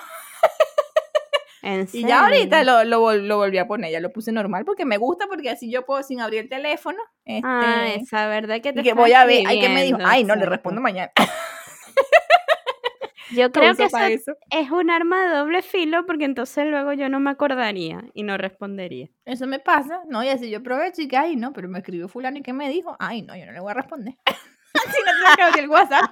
S1: ¿En
S2: Y ya ahorita
S1: serio?
S2: lo, lo, vol- lo volví a poner, ya lo puse normal porque me gusta, porque así yo puedo sin abrir el teléfono. Este,
S1: Ah, es saber de qué te
S2: y que
S1: están
S2: voy a ver, hay que me dijo,
S1: escribiendo,
S2: ay, no, le
S1: exacto.
S2: respondo mañana.
S1: Yo
S2: Lo
S1: creo
S2: uso
S1: que
S2: para
S1: eso
S2: eso.
S1: es un arma de doble filo porque entonces luego yo no me acordaría y no respondería.
S2: Eso me pasa, ¿no? Y así yo aprovecho y que, ay, no, pero me escribió fulano y ¿qué me dijo? Ay, no, yo no le voy a responder. Así no tengo que abrir el WhatsApp.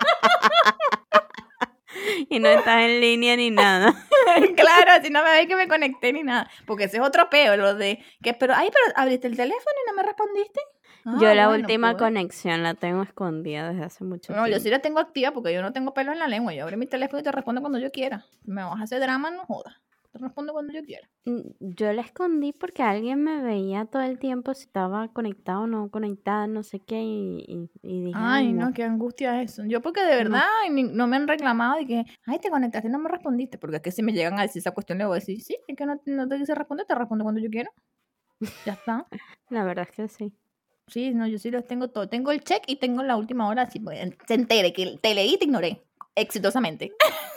S1: Y no estás en línea ni nada.
S2: Claro, así no me ve que me conecté ni nada. Porque ese es otro peo, lo de que, pero, ay, pero abriste el teléfono y no me respondiste.
S1: Yo
S2: Ah,
S1: la
S2: bueno,
S1: última
S2: pues.
S1: conexión la tengo escondida desde hace mucho
S2: No, yo
S1: tiempo.
S2: sí la tengo activa porque yo no tengo pelo en la lengua. Yo abro mi teléfono y te respondo cuando yo quiera. Me vas a hacer drama, no jodas. Te respondo cuando yo quiera.
S1: Mm, Yo la escondí porque alguien me veía todo el tiempo si estaba conectado o no conectada, no sé qué, y, y- y dije, ay,
S2: Ay,
S1: no,
S2: no, qué angustia eso. Yo porque de
S1: no.
S2: verdad ni- no me han reclamado de que, ay, te conectaste y no me respondiste. Porque es que si me llegan a decir esa cuestión, le voy a decir, sí, es que no, no te quise responder, te respondo cuando yo quiera. Ya está.
S1: La verdad es que sí.
S2: Sí, no, yo sí los tengo todo. Tengo el check y tengo la última hora, así, pues, se entere que te leí y te ignoré. Exitosamente.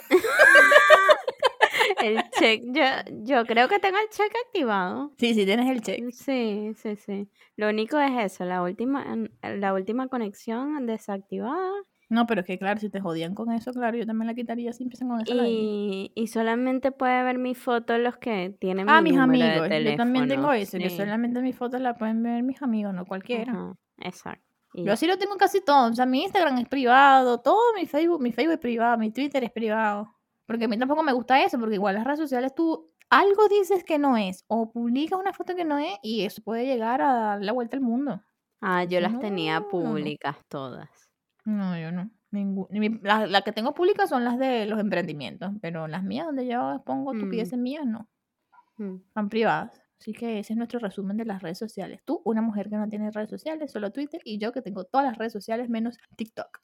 S1: El check, yo, yo creo que tengo el check activado.
S2: Sí, sí, tienes el check.
S1: Sí, sí, sí. Lo único es eso, la última, la última conexión desactivada
S2: No, pero es que claro, si te jodían con eso, claro, yo también la quitaría si empiezan con esa ladilla.
S1: y, y solamente puede ver mi foto los que tienen
S2: Ah,
S1: mi
S2: mis
S1: número de
S2: amigos. Yo también tengo
S1: teléfono.
S2: eso, que
S1: Sí,
S2: solamente mis fotos las pueden ver mis amigos, no cualquiera.
S1: ajá, exacto. Y
S2: Yo
S1: ya.
S2: sí lo tengo casi todo. O sea, mi Instagram es privado, todo mi Facebook, mi Facebook es privado, mi Twitter es privado. Porque a mí tampoco me gusta eso, porque igual las redes sociales tú algo dices que no es, o publicas una foto que no es, y eso puede llegar a dar la vuelta al mundo.
S1: Ah, yo
S2: Entonces,
S1: las
S2: no,
S1: tenía
S2: no, no.
S1: públicas todas.
S2: No, yo no. Ningú- ni mi- la- Las que tengo públicas son las de los emprendimientos, pero las mías donde yo pongo
S1: Mm,
S2: estupideces mías, no.
S1: mm.
S2: Están privadas. Así que ese es nuestro resumen de las redes sociales. Tú, una mujer que no tiene redes sociales, solo Twitter, y yo que tengo todas las redes sociales menos TikTok.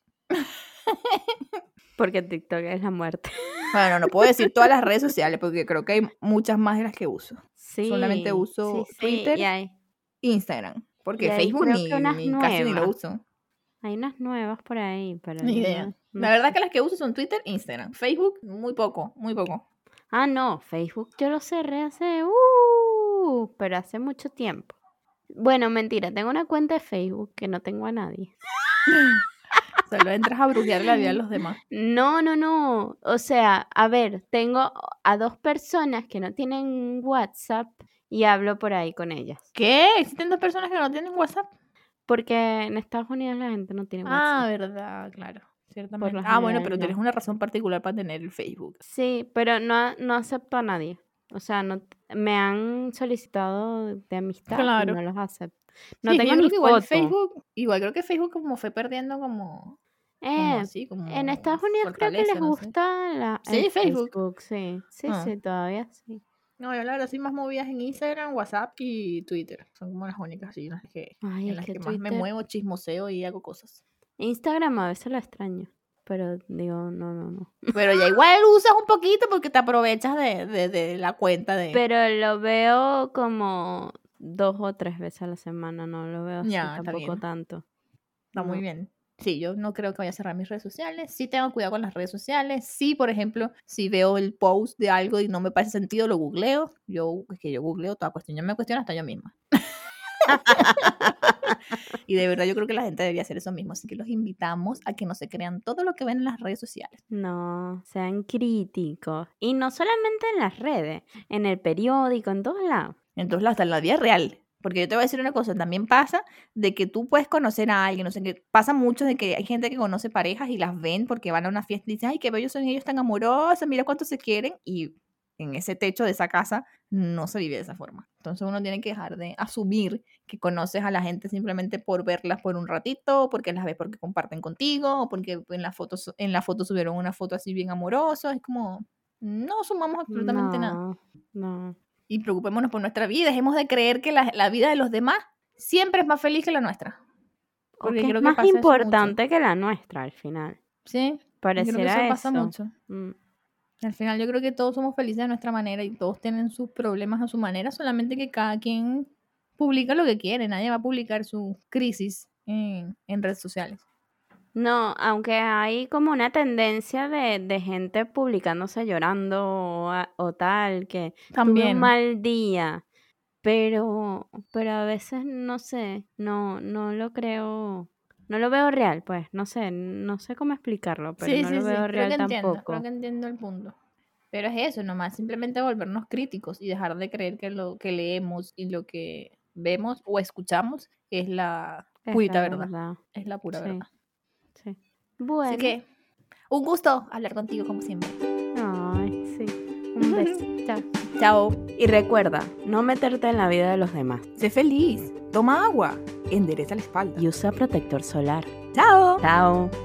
S1: Porque TikTok es la muerte.
S2: Bueno, no puedo decir todas las redes sociales porque creo que hay muchas más de las que uso. Solamente
S1: Sí,
S2: uso
S1: sí, sí.
S2: Twitter,
S1: Y hay,
S2: Instagram.
S1: y
S2: Porque
S1: hay
S2: Facebook
S1: creo
S2: ni,
S1: que unas
S2: ni casi ni lo
S1: nuevas.
S2: uso.
S1: Hay unas nuevas por ahí, pero
S2: Ni
S1: yo
S2: idea.
S1: no, no
S2: La verdad
S1: sé.
S2: que las que uso son Twitter e Instagram. Facebook, muy poco, muy poco.
S1: Ah, no, Facebook yo lo cerré hace, uh, pero hace mucho tiempo. Bueno, mentira, tengo una cuenta de Facebook que no tengo a nadie.
S2: Solo entras a brujear la vida de los demás.
S1: No, no, no. O sea, a ver, tengo a dos personas que no tienen WhatsApp y hablo por ahí con ellas.
S2: ¿Qué? ¿Existen dos personas que no tienen WhatsApp?
S1: Porque en Estados Unidos la gente no tiene WhatsApp.
S2: Ah, verdad, claro. Ciertamente.
S1: lo
S2: Ah, bueno,
S1: general,
S2: pero
S1: no.
S2: tienes una razón particular para tener el Facebook.
S1: Sí, pero no, no acepto a nadie. O sea, no me han solicitado de amistad y
S2: Claro.
S1: no los acepto. No
S2: Sí,
S1: tengo
S2: yo
S1: ni
S2: creo que igual
S1: foto.
S2: Facebook, igual creo que Facebook como fue perdiendo como, como
S1: Eh,
S2: así, como
S1: en Estados Unidos creo que les
S2: fortaleza, no sé.
S1: gusta la,
S2: Sí,
S1: el
S2: Facebook.
S1: Facebook, sí. Sí,
S2: Ah.
S1: sí, todavía sí.
S2: No, yo la verdad soy más movidas en Instagram, WhatsApp y Twitter. Son como las únicas así, las que,
S1: Ay,
S2: en
S1: es
S2: las
S1: que
S2: que más me
S1: Twitter,
S2: muevo, chismoseo y hago cosas.
S1: Instagram a veces lo extraño, pero digo, no, no, no.
S2: Pero ya igual usas un poquito porque te aprovechas de, de, de la cuenta de...
S1: Pero lo veo como dos o tres veces a la semana, no lo veo así
S2: Ya, está
S1: tampoco
S2: bien.
S1: tanto.
S2: Está muy
S1: No.
S2: bien. Sí, yo no creo que vaya a cerrar mis redes sociales. Sí tengo cuidado con las redes sociales. Sí, por ejemplo, si veo el post de algo y no me parece sentido, lo googleo. Yo, es que yo googleo toda cuestión. Yo me cuestiono hasta yo misma. Y de verdad yo creo que la gente debería hacer eso mismo. Así que los invitamos a que no se crean todo lo que ven en las redes sociales.
S1: No, sean críticos. Y no solamente en las redes, en el periódico, en todos lados.
S2: Entonces, hasta en la vida real. Porque yo te voy a decir una cosa, también pasa de que tú puedes conocer a alguien, no sé, que pasa mucho de que hay gente que conoce parejas y las ven porque van a una fiesta y dicen, ay, qué bellos son ellos tan amorosos, mira cuánto se quieren, y en ese techo de esa casa no se vive de esa forma. Entonces uno tiene que dejar de asumir que conoces a la gente simplemente por verlas por un ratito, porque las ves porque comparten contigo, o porque en la foto, en la foto subieron una foto así bien amorosa, es como, no sumamos absolutamente nada.
S1: No, no.
S2: Y preocupémonos por nuestra vida. Dejemos de creer que la, la vida de los demás siempre es más feliz que la nuestra.
S1: O
S2: Porque
S1: que
S2: creo
S1: es
S2: que
S1: más
S2: pasa eso mucho.
S1: importante que la nuestra al final.
S2: Sí, creo que
S1: Pareciera
S2: eso pasa
S1: eso.
S2: mucho.
S1: Mm.
S2: Al final yo creo que todos somos felices de nuestra manera y todos tienen sus problemas a su manera, solamente que cada quien publica lo que quiere. Nadie va a publicar su crisis en, en redes sociales.
S1: No, aunque hay como una tendencia de, de gente publicándose llorando o, a- o tal, que tuve un
S2: También.
S1: mal día, pero, pero a veces no sé, no, no lo creo no lo veo real, pues, no sé, no sé cómo explicarlo, pero
S2: Sí,
S1: no
S2: sí,
S1: lo
S2: sí,
S1: veo
S2: creo
S1: real
S2: que entiendo,
S1: tampoco.
S2: creo que entiendo el punto. Pero es eso nomás, simplemente volvernos críticos y dejar de creer que lo que leemos y lo que vemos o escuchamos es la
S1: Es
S2: purita
S1: la
S2: verdad.
S1: verdad.
S2: Es la pura
S1: Sí,
S2: verdad.
S1: sí.
S2: Así
S1: Bueno,
S2: que, un gusto hablar contigo como siempre.
S1: ay, sí. Un beso. Chao.
S2: Chao.
S1: Y recuerda, no meterte en la vida de los demás.
S2: Sé feliz. Toma agua. Endereza la espalda.
S1: Y usa protector solar.
S2: Chao.
S1: Chao.